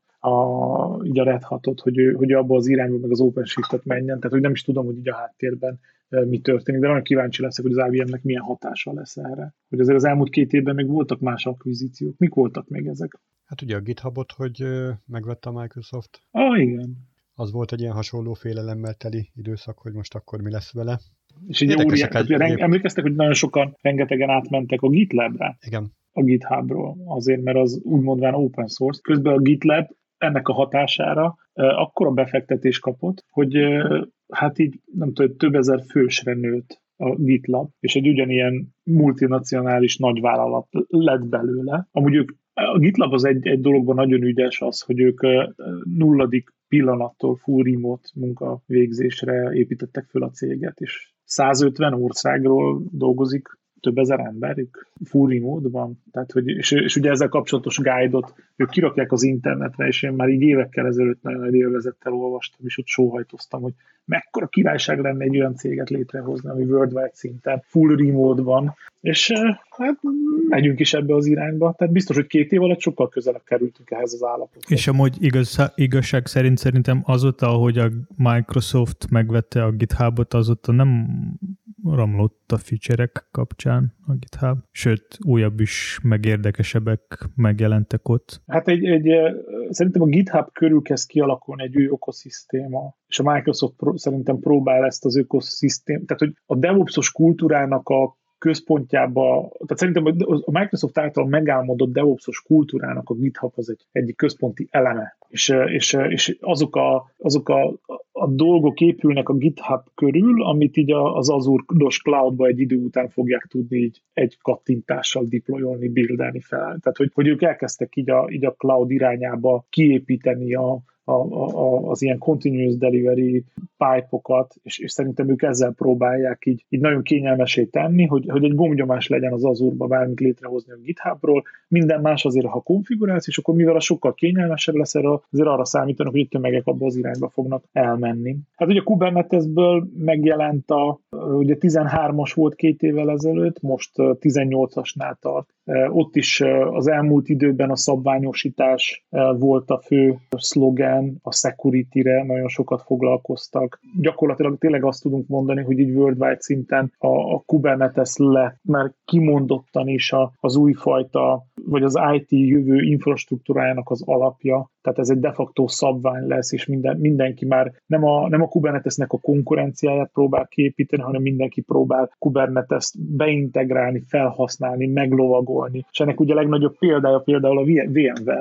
a, így a Red Hatot, hogy ő, hogy abba az irányba meg az OpenShift-et menjen, tehát hogy nem is tudom, hogy így a háttérben mi történik, de nagyon kíváncsi leszek, hogy az I B M-nek milyen hatása lesz erre. Hogy azért az elmúlt két évben még voltak más akvizíciók. Mik voltak még ezek? Hát ugye a GitHubot, hogy megvette a Microsoft. Ah, igen. Az volt egy ilyen hasonló félelemmel teli időszak, hogy most akkor mi lesz vele. És egy óriás, egy... emlékeztek, hogy nagyon sokan, rengetegen átmentek a GitLab-re? Igen. A GitHubról. Azért, mert az úgymondván open source. Közben a GitLab ennek a hatására akkora befektetés kapott, hogy hát így nem tudom, több ezer fősre nőtt a GitLab, és egy ugyanilyen multinacionális nagyvállalat lett belőle. Amúgy ők, a GitLab az egy, egy dologban nagyon ügyes az, hogy ők nulladik pillanattól full remote munka végzésre építettek föl a céget, és százötven országról dolgozik több ezer emberük full remote-ban. Tehát, hogy, és, és ugye ezzel kapcsolatos guide-ot ők kirakják az internetre, és én már így évekkel ezelőtt nagyon nagy élvezettel olvastam, és ott sóhajtoztam, hogy mekkora királyság lenne egy olyan céget létrehozni, ami worldwide szinten full remote-ban. És hát megyünk is ebbe az irányba. Tehát biztos, hogy két év alatt sokkal közelebb kerültünk ehhez az állapothoz. És amúgy igaz, igazság szerint szerintem azóta, ahogy a Microsoft megvette a GitHubot, azóta nem romlott a feature-ek kapcsán a GitHub. Sőt, újabb is, meg érdekesebbek megjelentek ott. Hát egy, egy, szerintem a GitHub körül kezd kialakulni egy új ökoszisztéma, és a Microsoft pro, szerintem próbál ezt az ökoszisztémát, tehát hogy a DevOps-os kultúrának a központjába, tehát szerintem a Microsoft által megálmodott DevOps-os kultúrának a GitHub az egy egyik központi eleme. És, és, és azok, a, azok a, a dolgok épülnek a GitHub körül, amit így az Azure-os cloudba egy idő után fogják tudni így egy kattintással deployolni, buildelni fel. Tehát, hogy, hogy ők elkezdtek így a, így a cloud irányába kiépíteni a A, a, az ilyen continuous delivery pipe-okat, és, és szerintem ők ezzel próbálják így, így nagyon kényelmesé tenni, hogy, hogy egy gombnyomás legyen az Azure-ba bármit létrehozni a GitHubról, minden más azért, ha konfigurálsz, és akkor mivel a sokkal kényelmesebb lesz, azért arra számítanak, hogy a tömegek abba az irányba fognak elmenni. Hát ugye a Kubernetesből megjelent a, ugye tizenhármas volt két évvel ezelőtt, most tizennyolcasnál tart. Ott is az elmúlt időben a szabványosítás volt a fő szlogen, a security-re nagyon sokat foglalkoztak. Gyakorlatilag tényleg azt tudunk mondani, hogy így worldwide szinten a, a Kubernetes lett, mert kimondottan is a, az újfajta, vagy az i té jövő infrastruktúrájának az alapja. Tehát ez egy de facto szabvány lesz, és minden, mindenki már nem a, nem a Kubernetesnek a konkurenciáját próbál kiépíteni, hanem mindenki próbál Kubernetest beintegrálni, felhasználni, meglovagolni. És ennek ugye a legnagyobb példája például a VMware,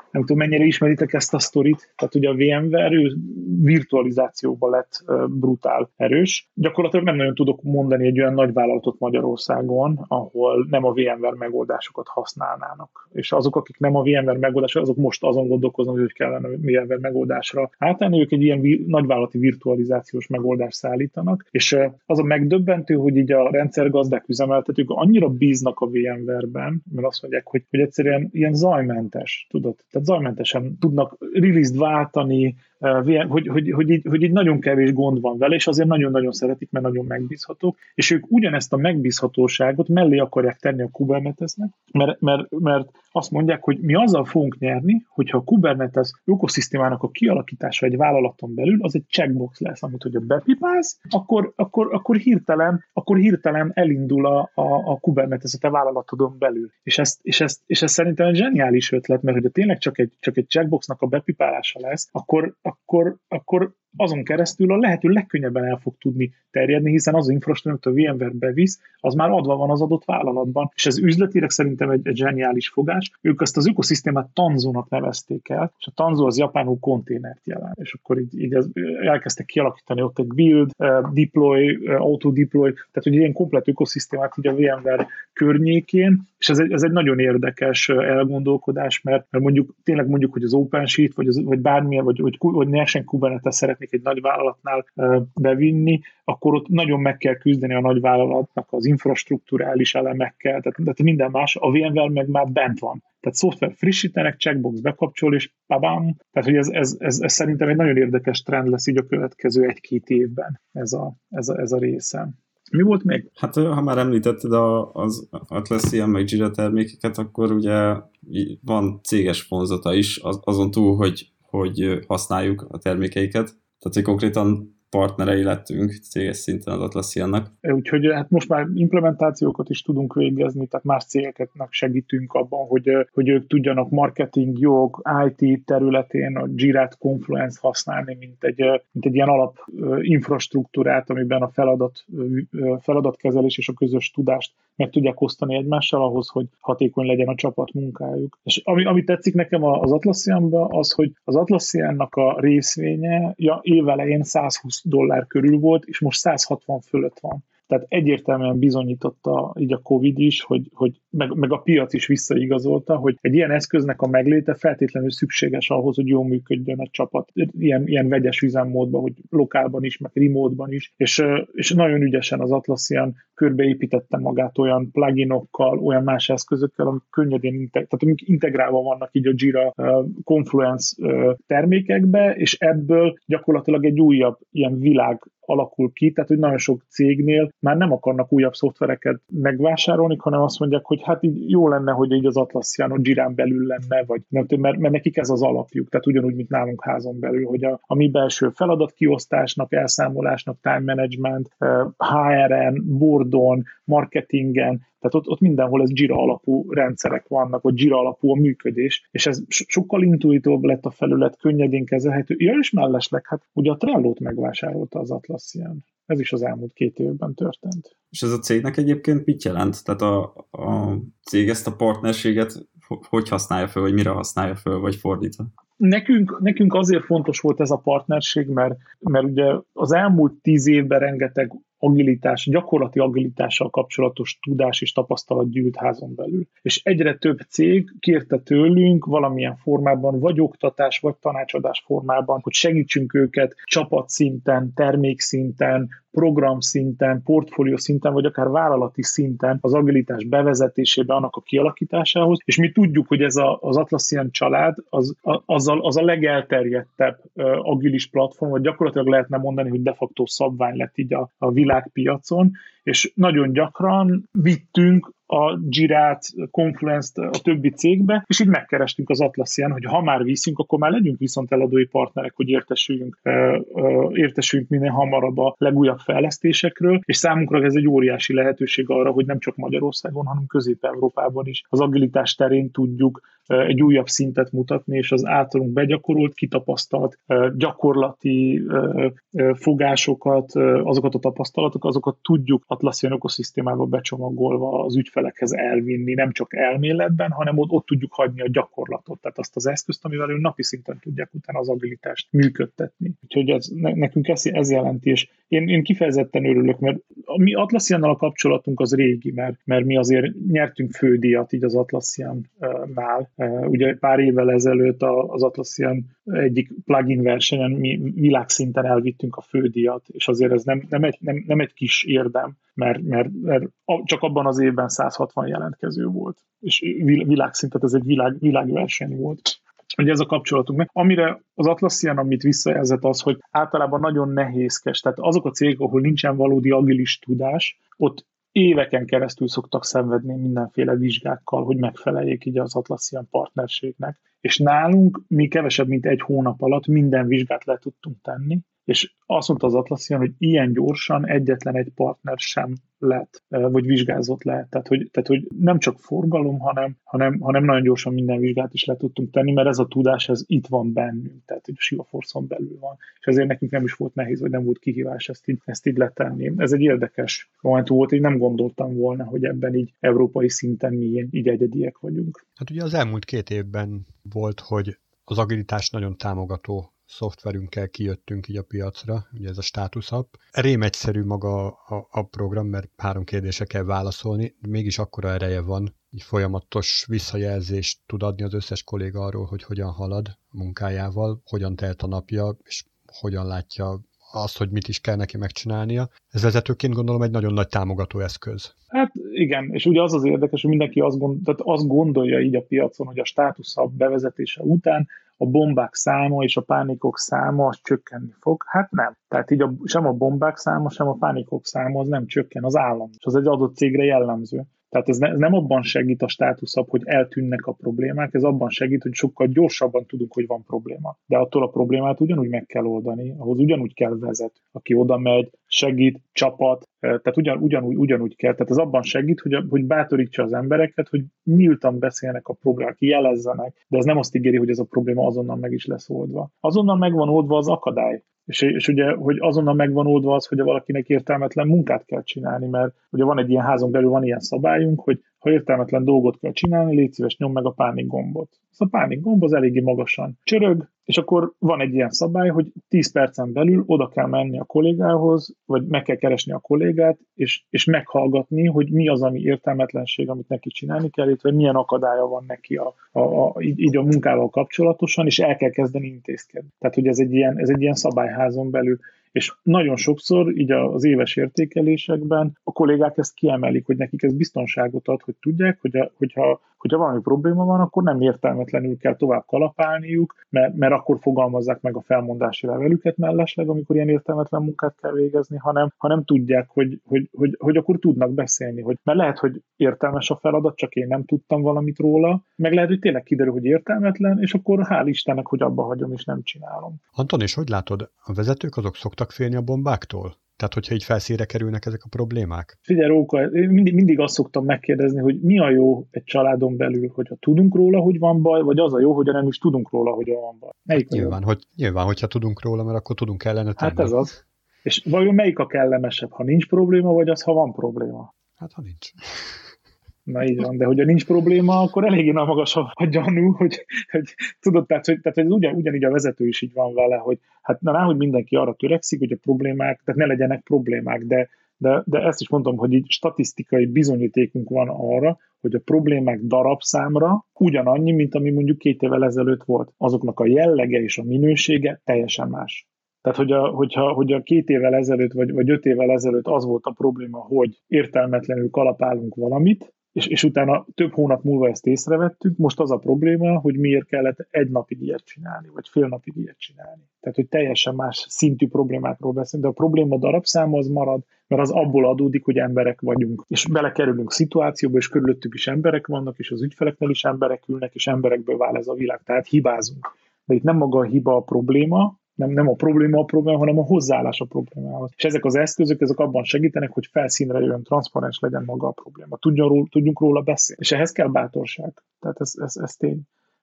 nem tudom, mennyire ismeritek ezt a sztorit, tehát ugye a VMware ő virtualizációban lett brutál erős. Gyakorlatilag nem nagyon tudok mondani egy olyan nagy vállalatot Magyarországon, ahol nem a VMware megoldásokat használnának. És azok, akik nem a VMware megoldásra, azok most azon gondolkoznak, hogy kellene a VMware megoldásra átállni, ők egy ilyen vi- nagyvállalati virtualizációs megoldást szállítanak, és az a megdöbbentő, hogy így a rendszergazdák, üzemeltetők annyira bíznak a VMware-ben, mert azt mondják, hogy, hogy egyszerűen ilyen zajmentes, tudod? Tehát zajmentesen tudnak release-t váltani, hogy, hogy, hogy, így, hogy így nagyon kevés gond van vele, és azért nagyon-nagyon szeretik, mert nagyon megbízhatók, és ők ugyanezt a megbízhatóságot mellé akarják tenni a Kubernetesnek, mert, mert, mert azt mondják, hogy mi azzal fogunk nyerni, hogyha a Kubernetes ökoszisztémának a kialakítása egy vállalaton belül, az egy checkbox lesz, amit hogyha bepipálsz, akkor, akkor, akkor, hirtelen, akkor hirtelen elindul a, a, a Kubernetes a te vállalatodon belül. És ez, és, ez, és ez szerintem egy zseniális ötlet, mert hogyha tényleg csak egy, csak egy checkboxnak a bepipálása lesz, akkor, akkor, akkor azon keresztül a lehető legkönnyebben el fog tudni terjedni, hiszen az infrastruktúra, amit a VMware bevisz, az már adva van az adott vállalatban. És ez üzletileg szerintem egy, egy zseniális fogás. Ők ezt az ökoszisztémát Tanzónak nevezték el, és a Tanzó az japánul konténert jelent. És akkor így, így ez, elkezdtek kialakítani ott egy build, uh, deploy, uh, auto-deploy, tehát hogy ilyen komplet ökoszisztémát így a VMware környékén, és ez egy, ez egy nagyon érdekes elgondolkodás, mert, mert mondjuk tényleg mondjuk, hogy az OpenShift, vagy, az, vagy bármilyen, vagy, vagy, vagy Next Kubernetes szeretnék egy nagy vállalatnál uh, bevinni, akkor ott nagyon meg kell küzdeni a nagy vállalatnak az infrastrukturális elemekkel, tehát, tehát minden más, a VMware meg már bent van. Tehát szoftver frissítenek, checkbox bekapcsol, és babám. Tehát, hogy ez, ez, ez, ez szerintem egy nagyon érdekes trend lesz így a következő egy-két évben ez a, ez a, ez a része. Mi volt még? Hát, ha már említetted az Atlassian meg Jira termékeket, akkor ugye van céges vonzata is, azon túl, hogy, hogy használjuk a termékeiket. Tehát, hogy konkrétan partnerei lettünk céges szinten az Atlassiannak. Úgyhogy hát most már implementációkat is tudunk végezni, tehát más cégeknek segítünk abban, hogy, hogy ők tudjanak marketing, jog, i té területén a Jira-t, Confluence használni, mint egy, mint egy ilyen alap infrastruktúrát, amiben a feladat, feladatkezelés és a közös tudást meg tudják osztani egymással ahhoz, hogy hatékony legyen a csapatmunkájuk. És ami, ami tetszik nekem az Atlassianban, az, hogy az Atlassiannak a részvénye ja, évelején százhúsz dollár körül volt, és most száz hatvan fölött van. Tehát egyértelműen bizonyította így a Covid is, hogy, hogy meg, meg a piac is visszaigazolta, hogy egy ilyen eszköznek a megléte feltétlenül szükséges ahhoz, hogy jól működjön egy csapat. Ilyen, ilyen vegyes üzemmódban, hogy lokálban is, meg remote-ban is. És, és nagyon ügyesen az Atlassian körbeépítette magát olyan pluginokkal, olyan más eszközökkel, amik könnyedén integ- tehát amik integrálva vannak így a Jira uh, Confluence uh, termékekbe, és ebből gyakorlatilag egy újabb ilyen világ alakul ki, tehát hogy nagyon sok cégnél már nem akarnak újabb szoftvereket megvásárolni, hanem azt mondják, hogy hát így jó lenne, hogy így az Atlassian a Jirán belül lenne, vagy nem tudom, mert, mert nekik ez az alapjuk, tehát ugyanúgy, mint nálunk házon belül, hogy a, a mi belső feladatkiosztásnak, elszámolásnak, time management, há er-en, boardon, marketingen, tehát ott, ott mindenhol ez Jira alapú rendszerek vannak, vagy Jira alapú a működés, és ez sokkal intuitívabb lett a felület, könnyedén kezelhető. Ja, és mellesleg, hát ugye a Trello-t megvásárolta az Atlassian. Ez is az elmúlt két évben történt. És ez a cégnek egyébként mit jelent? Tehát a, a cég ezt a partnerséget hogy használja föl, vagy mire használja föl, vagy fordítva? Nekünk, nekünk azért fontos volt ez a partnerség, mert, mert ugye az elmúlt tíz évben rengeteg agilitás, gyakorlati agilitással kapcsolatos tudás és tapasztalat gyűlt házon belül. És egyre több cég kérte tőlünk valamilyen formában, vagy oktatás, vagy tanácsadás formában, hogy segítsünk őket csapatszinten, termékszinten, programszinten, portfólió szinten, vagy akár vállalati szinten az agilitás bevezetésében, annak a kialakításához, és mi tudjuk, hogy ez a, az Atlassian család az a, az a, az a legelterjedtebb uh, agilis platform, vagy gyakorlatilag lehetne mondani, hogy de facto szabvány lett így a, a világpiacon, és nagyon gyakran vittünk a Jirát, Confluence-t a többi cégbe, és így megkerestünk az Atlassian, hogy ha már viszünk, akkor már legyünk viszont eladói partnerek, hogy értesüljünk, értesüljünk minél hamarabb a legújabb fejlesztésekről, és számunkra ez egy óriási lehetőség arra, hogy nem csak Magyarországon, hanem Közép-Európában is az agilitás terén tudjuk egy újabb szintet mutatni, és az általunk begyakorolt, kitapasztalt gyakorlati fogásokat, azokat a tapasztalatokat, azokat tudjuk Atlassian ökoszisztémába becsomagolva az ügyfelekhez elvinni, nem csak elméletben, hanem ott, ott tudjuk hagyni a gyakorlatot, tehát azt az eszközt, amivel ő napi szinten tudják utána az agilitást működtetni. Úgyhogy ez, nekünk ez, ez jelenti, és én, én kifejezetten örülök, mert a mi Atlassiannal a kapcsolatunk az régi, mert, mert mi azért nyertünk fődíjat így az Atlassiannál. Ugye pár évvel ezelőtt az Atlassian egyik plugin versenyen mi világszinten elvittünk a fődíjat, és azért ez nem, nem, egy, nem, nem egy kis érdem, mert, mert, mert csak abban az évben száz hatvan jelentkező volt, és világszinten ez egy világ, világverseny volt. Ugye ez a kapcsolatunk meg. Amire az Atlassian, amit visszajelzett az, hogy általában nagyon nehézkes, tehát azok a cégek, ahol nincsen valódi agilis tudás, ott éveken keresztül szoktak szenvedni mindenféle vizsgákkal, hogy megfeleljék így az Atlassian partnerségnek. És nálunk mi kevesebb, mint egy hónap alatt minden vizsgát le tudtunk tenni, és azt mondta az Atlassian, hogy ilyen gyorsan egyetlen egy partner sem lett, vagy vizsgázott le. Tehát hogy, tehát, hogy nem csak forgalom, hanem, hanem, hanem nagyon gyorsan minden vizsgát is le tudtunk tenni, mert ez a tudás, ez itt van bennünk, tehát hogy a Shivaforce-on belül van. És ezért nekünk nem is volt nehéz, vagy nem volt kihívás ezt így, ezt így letenni. Ez egy érdekes momentum volt, én nem gondoltam volna, hogy ebben így európai szinten mi így egyediek vagyunk. Hát ugye az elmúlt két évben volt, hogy az agilitás nagyon támogató szoftverünkkel kijöttünk így a piacra, ugye ez a Status App. Rém egyszerű maga a, a program, mert három kérdésre kell válaszolni, de mégis akkora ereje van, így folyamatos visszajelzést tud adni az összes kolléga arról, hogy hogyan halad a munkájával, hogyan telt a napja, és hogyan látja azt, hogy mit is kell neki megcsinálnia. Ez vezetőként gondolom egy nagyon nagy támogató eszköz. Hát igen, és ugye az az érdekes, hogy mindenki azt, gond, tehát azt gondolja így a piacon, hogy a Status App bevezetése után a bombák száma és a pánikok száma az csökkenni fog. Hát nem. Tehát így a, sem a bombák száma, sem a pánikok száma az nem csökken, az állam. És az egy adott cégre jellemző. Tehát ez, ne, ez nem abban segít a Status App, hogy eltűnnek a problémák, ez abban segít, hogy sokkal gyorsabban tudunk, hogy van probléma. De attól a problémát ugyanúgy meg kell oldani, ahhoz ugyanúgy kell vezető, aki oda megy, segít, csapat, tehát ugyan, ugyanúgy, ugyanúgy kell. Tehát ez abban segít, hogy, hogy bátorítsa az embereket, hogy nyíltan beszélnek a problémák, jelezzenek, de ez nem azt ígéri, hogy ez a probléma azonnal meg is lesz oldva. Azonnal meg van oldva az akadály. És, és ugye, hogy azonnal megvan oldva az, hogy valakinek értelmetlen munkát kell csinálni, mert ugye van egy ilyen házon belül, van ilyen szabályunk, hogy ha értelmetlen dolgot kell csinálni, légy szíves, nyomd meg a pánik gombot. Ez a pánik gomb az eléggé magasan csörög, és akkor van egy ilyen szabály, hogy tíz percen belül oda kell menni a kollégához, vagy meg kell keresni a kollégát, és, és meghallgatni, hogy mi az, ami értelmetlenség, amit neki csinálni kell, illetve milyen akadálya van neki a, a, a, így, így a munkával kapcsolatosan, és el kell kezdeni intézkedni. Tehát, hogy ez egy ilyen, ez egy ilyen szabályházon belül. És nagyon sokszor így az éves értékelésekben a kollégák ezt kiemelik, hogy nekik ez biztonságot ad, hogy tudják, hogy a, hogyha, hogyha valami probléma van, akkor nem értelmetlenül kell tovább kalapálniuk, mert, mert akkor fogalmazzák meg a felmondási levelüket mellesleg, amikor ilyen értelmetlen munkát kell végezni, hanem, hanem tudják, hogy, hogy, hogy, hogy akkor tudnak beszélni. Hogy, mert lehet, hogy értelmes a feladat, csak én nem tudtam valamit róla, meg lehet, hogy tényleg kiderül, hogy értelmetlen, és akkor hál' Istennek, hogy abba hagyom és nem csinálom. Anton, és hogy látod, a vezetők azok szoktak félni a bombáktól? Tehát, hogyha így felszínre kerülnek ezek a problémák? Figyelj, Róka, én mindig, mindig azt szoktam megkérdezni, hogy mi a jó egy családon belül, hogyha tudunk róla, hogy van baj, vagy az a jó, hogyha nem is tudunk róla, hogy van baj. Melyik hát nyilván, hogy, nyilván, hogyha tudunk róla, mert akkor tudunk ellene tenni. Hát ez az. És vajon melyik a kellemesebb, ha nincs probléma, vagy az, ha van probléma? Hát, ha nincs. Na így van, de hogyha nincs probléma, akkor eléggé nagy magas a gyanú, hogy, hogy tudod, tehát, hogy, tehát, hogy ugyan, ugyanígy a vezető is így van vele, hogy hát na, hogy mindenki arra törekszik, hogy a problémák, tehát ne legyenek problémák, de, de, de ezt is mondom, hogy így statisztikai bizonyítékunk van arra, hogy a problémák darabszámra ugyanannyi, mint ami mondjuk két évvel ezelőtt volt. Azoknak a jellege és a minősége teljesen más. Tehát, hogy a, hogyha, hogy a két évvel ezelőtt, vagy, vagy öt évvel ezelőtt az volt a probléma, hogy értelmetlenül kalapálunk valamit, És, és utána több hónap múlva ezt észrevettük, most az a probléma, hogy miért kellett egy napig ilyet csinálni, vagy fél napig ilyet csinálni. Tehát, hogy teljesen más szintű problémákról beszélünk, de a probléma darabszáma az marad, mert az abból adódik, hogy emberek vagyunk. És belekerülünk szituációba, és körülöttük is emberek vannak, és az ügyfeleknél is emberek ülnek, és emberekből vál ez a világ. Tehát hibázunk. De itt nem maga a hiba a probléma, Nem, nem a probléma a probléma, hanem a hozzáállás a problémához. És ezek az eszközök, ezek abban segítenek, hogy felszínre jön, transzparens legyen maga a probléma. Tudjunk róla, tudjunk róla beszélni. És ehhez kell bátorság. Tehát ez, ez, ez tény.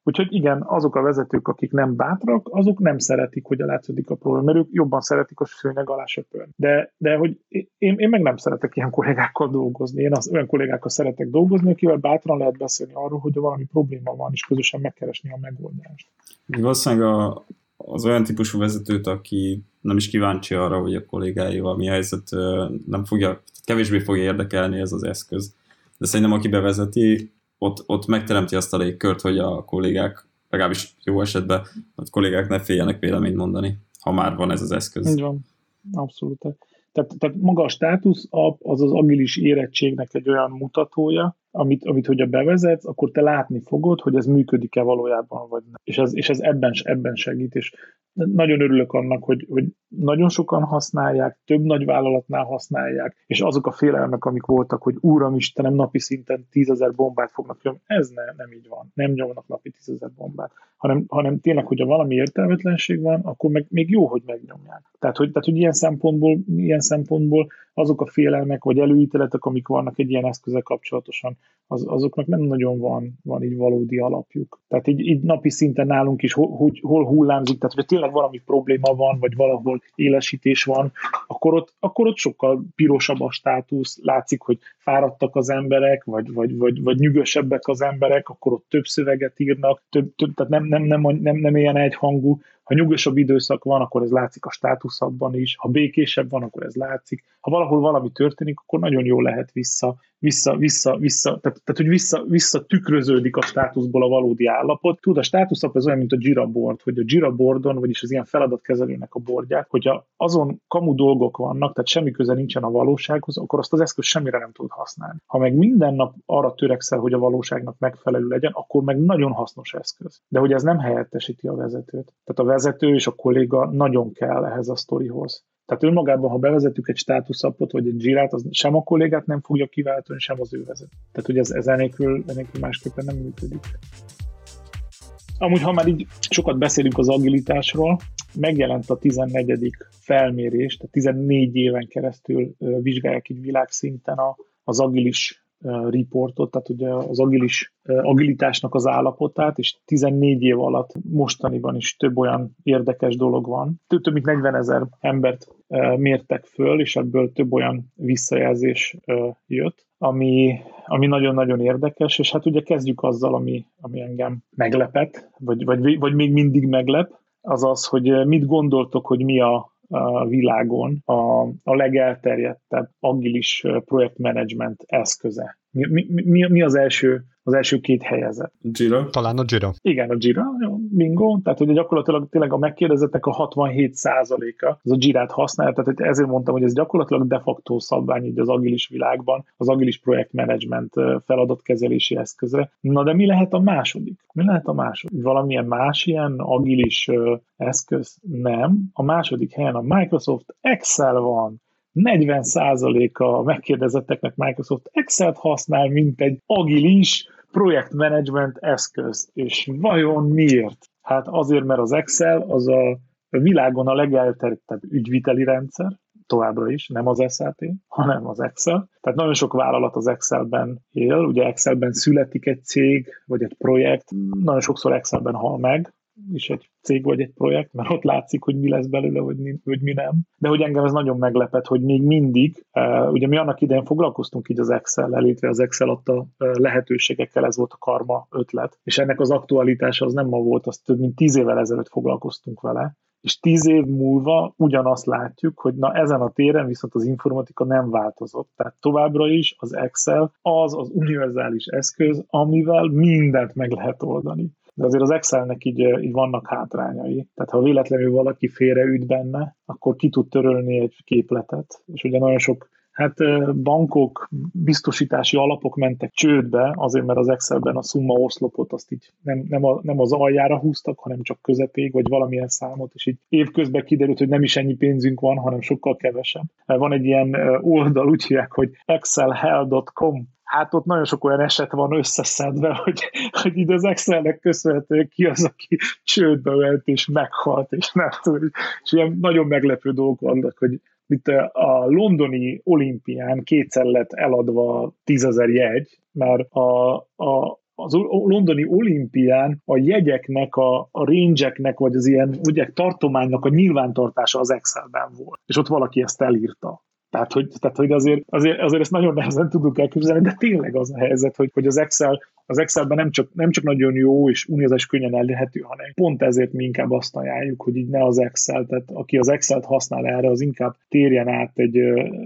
Úgyhogy igen, azok a vezetők, akik nem bátrak, azok nem szeretik, hogy látszódik a probléma, mert ők jobban szeretik a szőnyeg alá söpörni. De, de hogy én, én meg nem szeretek ilyen kollégákkal dolgozni. Én az olyan kollégákkal szeretek dolgozni, akivel bátran lehet beszélni arról, hogy valami probléma van, és közösen megkeresni a megoldást. Valószínűleg a, az olyan típusú vezetőt, aki nem is kíváncsi arra, hogy a kollégáival mi helyzet, nem fogja, kevésbé fogja érdekelni ez az eszköz. De szerintem aki bevezeti, ott, ott megteremti azt a légkört, hogy a kollégák, legalábbis jó esetben, a kollégák ne féljenek véleményt mondani, ha már van ez az eszköz. Így van, abszolút. Tehát, tehát maga a státusz az az agilis érettségnek egy olyan mutatója, amit, amit hogyha bevezetsz, akkor te látni fogod, hogy ez működik-e valójában, vagy nem. És ez, és ez ebben, ebben segít, és nagyon örülök annak, hogy, hogy nagyon sokan használják, több nagy vállalatnál használják, és azok a félelmek, amik voltak, hogy Úram Istenem, napi szinten tízezer bombát fognak nyomni, ez ne, nem így van. Nem nyomnak napi tízezer bombát, hanem, hanem tényleg, hogyha valami értelmetlenség van, akkor meg, még jó, hogy megnyomják. Tehát, hogy, tehát, hogy ilyen szempontból, ilyen szempontból azok a félelmek, vagy előítéletek, amik vannak egy ilyen eszközzel kapcsolatosan, az, azoknak nem nagyon van, van így valódi alapjuk. Tehát így, így napi szinten nálunk is hol, hol, hol hullámzik, tehát hogyha tényleg valami probléma van, vagy valahol élesítés van, akkor ott, akkor ott sokkal pirosabb a státusz, látszik, hogy fáradtak az emberek, vagy, vagy, vagy, vagy nyűgösebbek az emberek, akkor ott több szöveget írnak, több, több, tehát nem, nem, nem, nem, nem ilyen egyhangú. Ha nyugosabb időszak van, akkor ez látszik a státuszabban is, ha békésebb van, akkor ez látszik. Ha valahol valami történik, akkor nagyon jól lehet vissza, vissza, vissza, vissza tehát, tehát hogy vissza, vissza tükröződik a státuszból a valódi állapot. Tudod, a státuszab az olyan, mint a Jira board, hogy a Jira boardon, vagyis az ilyen feladatkezelőnek a boardját, hogyha azon kamu dolgok vannak, tehát semmi köze nincsen a valósághoz, akkor azt az eszköz semmire nem tud használni. Ha meg minden nap arra törekszel, hogy a valóságnak megfelelő legyen, akkor meg nagyon hasznos eszköz. De hogy ez nem helyettesíti a vezetőt. Tehát a vezető és a kolléga nagyon kell ehhez a sztorihoz. Tehát önmagában, ha bevezetünk egy státuszapot, vagy egy Jirát, az sem a kollégát nem fogja kiváltani, sem az ő vezető. Tehát, hogy ez, ez enélkül, enélkül másképpen nem működik. Amúgy, ha már így sokat beszélünk az agilitásról, megjelent a tizennegyedik felmérés, tehát tizennégy éven keresztül vizsgálják így világszinten az agilis reportot, tehát ugye az agilis, agilitásnak az állapotát, és tizennégy év alatt mostaniban is több olyan érdekes dolog van. Több, több mint negyvenezer embert mértek föl, és ebből több olyan visszajelzés jött, ami, ami nagyon-nagyon érdekes, és hát ugye kezdjük azzal, ami, ami engem meglepett, vagy, vagy, vagy még mindig meglep, az az, hogy mit gondoltok, hogy mi a a világon a, a legelterjedtebb agilis projektmenedzsment eszköze. Mi, mi, mi az első, az első két helyezett? Jira. Talán a Jira. Igen, a Jira, bingo. Tehát ugye gyakorlatilag tényleg a megkérdezettek a hatvanhét százaléka az a Jirát használja, tehát ezért mondtam, hogy ez gyakorlatilag de facto szabvány így az agilis világban, az agilis projektmenedzsment feladatkezelési eszköze. Na de mi lehet a második? Mi lehet a második? Valamilyen más ilyen agilis eszköz? Nem. A második helyen a Microsoft Excel van. negyven százaléka a megkérdezetteknek Microsoft Excel-t használ, mint egy agilis projektmenedzsment eszköz. És vajon miért? Hát azért, mert az Excel az a világon a legelterjedtebb ügyviteli rendszer, továbbra is, nem az es á pé, hanem az Excel. Tehát nagyon sok vállalat az Excelben él, ugye Excelben születik egy cég, vagy egy projekt, nagyon sokszor Excelben hal meg, is egy cég vagy egy projekt, mert ott látszik, hogy mi lesz belőle, vagy mi, vagy mi nem. De hogy engem ez nagyon meglepett, hogy még mindig, uh, ugye mi annak idején foglalkoztunk így az Excel-el, illetve az Excel adta uh, lehetőségekkel, ez volt a karma ötlet, és ennek az aktualitása az nem ma volt, az több mint tíz évvel ezelőtt foglalkoztunk vele, és tíz év múlva ugyanazt látjuk, hogy na ezen a téren viszont az informatika nem változott. Tehát továbbra is az Excel az az univerzális eszköz, amivel mindent meg lehet oldani. De azért az Excelnek így, így vannak hátrányai. Tehát ha véletlenül valaki félreüt benne, akkor ki tud törölni egy képletet. És ugye nagyon sok hát bankok, biztosítási alapok mentek csődbe, azért mert az Excelben a szumma oszlopot azt így nem, nem, a, nem az aljára húztak, hanem csak közepéig, vagy valamilyen számot, és így évközben kiderült, hogy nem is ennyi pénzünk van, hanem sokkal kevesebb. Van egy ilyen oldal, úgy hívják, hogy excel hell dot com. Hát ott nagyon sok olyan eset van összeszedve, hogy, hogy így az Excelnek köszönhetően ki az, aki csődbe ment és meghalt, és nem tudom, és ilyen nagyon meglepő dolgok vannak, hogy itt a londoni olimpián kétszer lett eladva tízezer jegy, mert a, a, az londoni olimpián a jegyeknek, a, a range-eknek, vagy az ilyen ugye, tartománynak a nyilvántartása az Excelben volt. És ott valaki ezt elírta. Tehát, hogy, tehát, hogy azért, azért, azért ezt nagyon nehezen tudunk elképzelni, de tényleg az a helyzet, hogy, hogy az Excel az Excelben nem csak, nem csak nagyon jó és univerzás könnyen elérhető, hanem pont ezért mi inkább azt ajánljuk, hogy így ne az Excel, tehát aki az Excelt használ erre, az inkább térjen át egy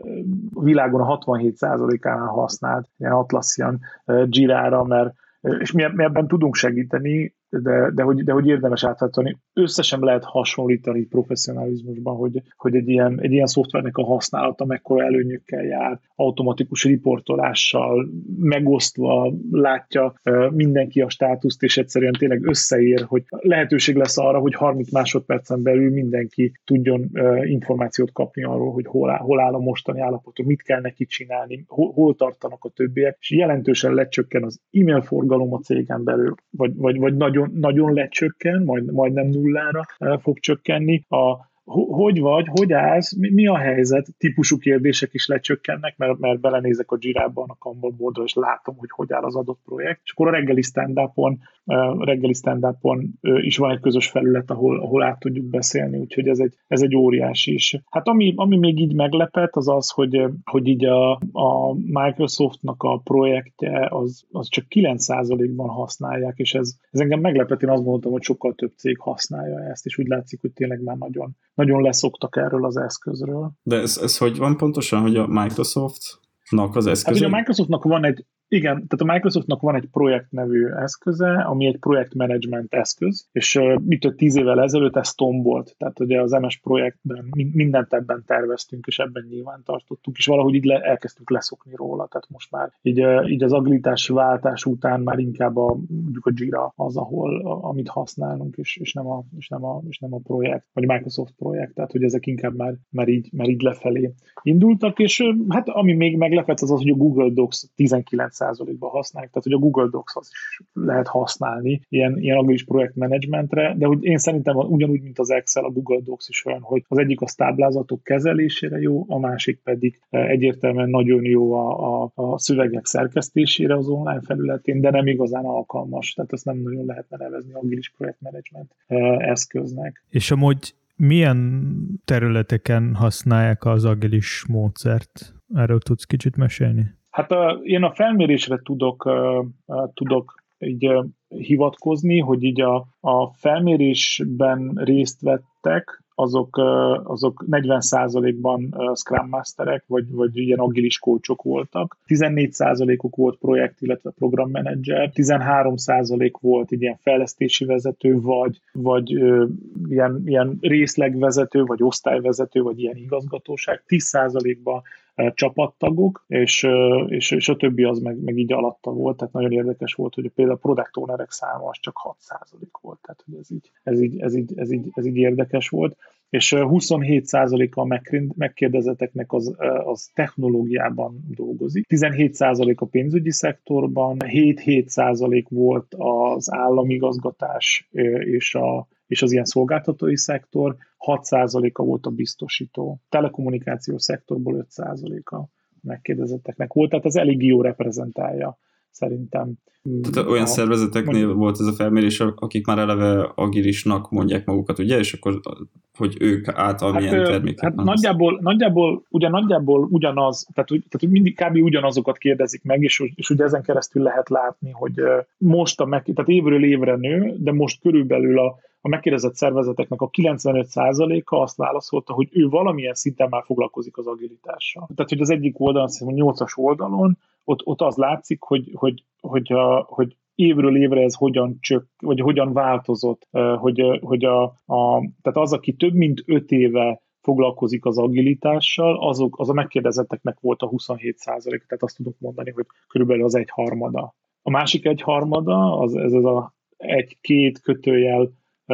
a világon a hatvanhét százalékánál használt ilyen Atlassian Jira-ra, mert és mi, mi ebben tudunk segíteni, de, de, hogy, de hogy érdemes átváltani. Összesen lehet hasonlítani professzionalizmusban, hogy, hogy egy, ilyen, egy ilyen szoftvernek a használata mekkora előnyökkel jár, automatikus riportolással, megosztva látja mindenki a státuszt, és egyszerűen tényleg összeér, hogy lehetőség lesz arra, hogy harminc másodpercen belül mindenki tudjon információt kapni arról, hogy hol áll, hol áll a mostani állapotok, mit kell neki csinálni, hol, hol tartanak a többiek, és jelentősen lecsökken az e-mail forgalom a cégen belül, vagy, vagy, vagy nagyon nagyon lecsökken, majd, majdnem nullára fog csökkenni. A hogy vagy, hogy állsz, mi, mi a helyzet, típusú kérdések is lecsökkennek, mert, mert belenézek a Jira-ban, a Kanban boardra, és látom, hogy hogy áll az adott projekt. És akkor a reggeli stand-upon, uh, reggeli stand-upon uh, is van egy közös felület, ahol, ahol át tudjuk beszélni, úgyhogy ez egy, ez egy óriási is. Hát ami, ami még így meglepett, az az, hogy, hogy így a, a Microsoftnak a projektje az, az csak kilenc százalékban használják, és ez, ez engem meglepett, én azt gondoltam, hogy sokkal több cég használja ezt, és úgy látszik, hogy tényleg már nagyon nagyon leszoktak erről az eszközről. De ez, ez hogy van pontosan, hogy a Microsoftnak az eszköze? Hát ugye a Microsoftnak van egy, igen, tehát a Microsoftnak van egy projekt nevű eszköze, ami egy projektmenedzsment eszköz, és uh, mit tíz évvel ezelőtt ez tombolt, tehát ugye az em es projektben mindent ebben terveztünk, és ebben nyilván tartottuk, és valahogy így le, elkezdtünk leszokni róla, tehát most már így, uh, így az agilitás váltás után már inkább a, mondjuk a Jira az, ahol, a, amit használunk, és, és, nem a, és, nem a, és nem a projekt, vagy a Microsoft projekt, tehát hogy ezek inkább már, már, így, már így lefelé indultak, és uh, hát ami még meglepett az az, hogy a Google Docs tizenkilenc százalékban használják, tehát hogy a Google Docs az is lehet használni ilyen, ilyen agilis projektmenedzsmentre, de hogy én szerintem ugyanúgy, mint az Excel, a Google Docs is olyan, hogy az egyik a táblázatok kezelésére jó, a másik pedig egyértelműen nagyon jó a, a, a szövegek szerkesztésére az online felületén, de nem igazán alkalmas, tehát ezt nem nagyon lehetne nevezni agilis projektmenedzsment eszköznek. És amúgy milyen területeken használják az agilis módszert? Erről tudsz kicsit mesélni? Hát uh, én a felmérésre tudok, uh, uh, tudok így uh, hivatkozni, hogy így a, a felmérésben részt vettek, azok, uh, azok negyven százalékban uh, Scrum Masterek, vagy, vagy ilyen agilis coachok voltak. tizennégy százalékuk volt projekt, illetve programmenedzser, tizenhárom százalék volt egy ilyen fejlesztési vezető, vagy, vagy uh, ilyen, ilyen részlegvezető, vagy osztályvezető, vagy ilyen igazgatóság, tíz százalékban csapattagok, és, és, és a többi az meg, meg így alatta volt, tehát nagyon érdekes volt, hogy például a product ownerek száma az csak hat százalék volt, tehát hogy ez így, ez így, ez így, ez így, ez így érdekes volt, és huszonhét százaléka a megkérdezetteknek az, az technológiában dolgozik, tizenhét százalék a pénzügyi szektorban, hét-hét százalék volt az államigazgatás és a és az ilyen szolgáltatói szektor, hat százaléka volt a biztosító. Telekommunikációs szektorból öt százaléka megkérdezetteknek volt, tehát ez elég jó reprezentálja szerintem. Tehát olyan a, szervezeteknél mondjuk, volt ez a felmérés, akik már eleve agilisnak mondják magukat, ugye? És akkor, hogy ők által hát, milyen terméket hát nagyjából, nagyjából, ugye nagyjából ugyanaz, tehát, tehát hogy mindig kb. Ugyanazokat kérdezik meg, és, és ugye ezen keresztül lehet látni, hogy most a meg, tehát évről évre nő, de most körülbelül a A megkérdezett szervezeteknek a kilencvenöt százaléka azt válaszolta, hogy ő valamilyen szinten már foglalkozik az agilitással. Tehát, hogy az egyik oldalon, azt hiszem, a nyolcas oldalon, ott, ott az látszik, hogy, hogy, hogy, a, hogy évről évre ez hogyan csök, vagy hogyan változott, hogy, hogy a, a, tehát az, aki több mint öt éve foglalkozik az agilitással, azok, az a megkérdezetteknek volt a huszonhét százalék, tehát azt tudunk mondani, hogy körülbelül az egy harmada. A másik egy harmada, az, ez az a egy-két kötőjel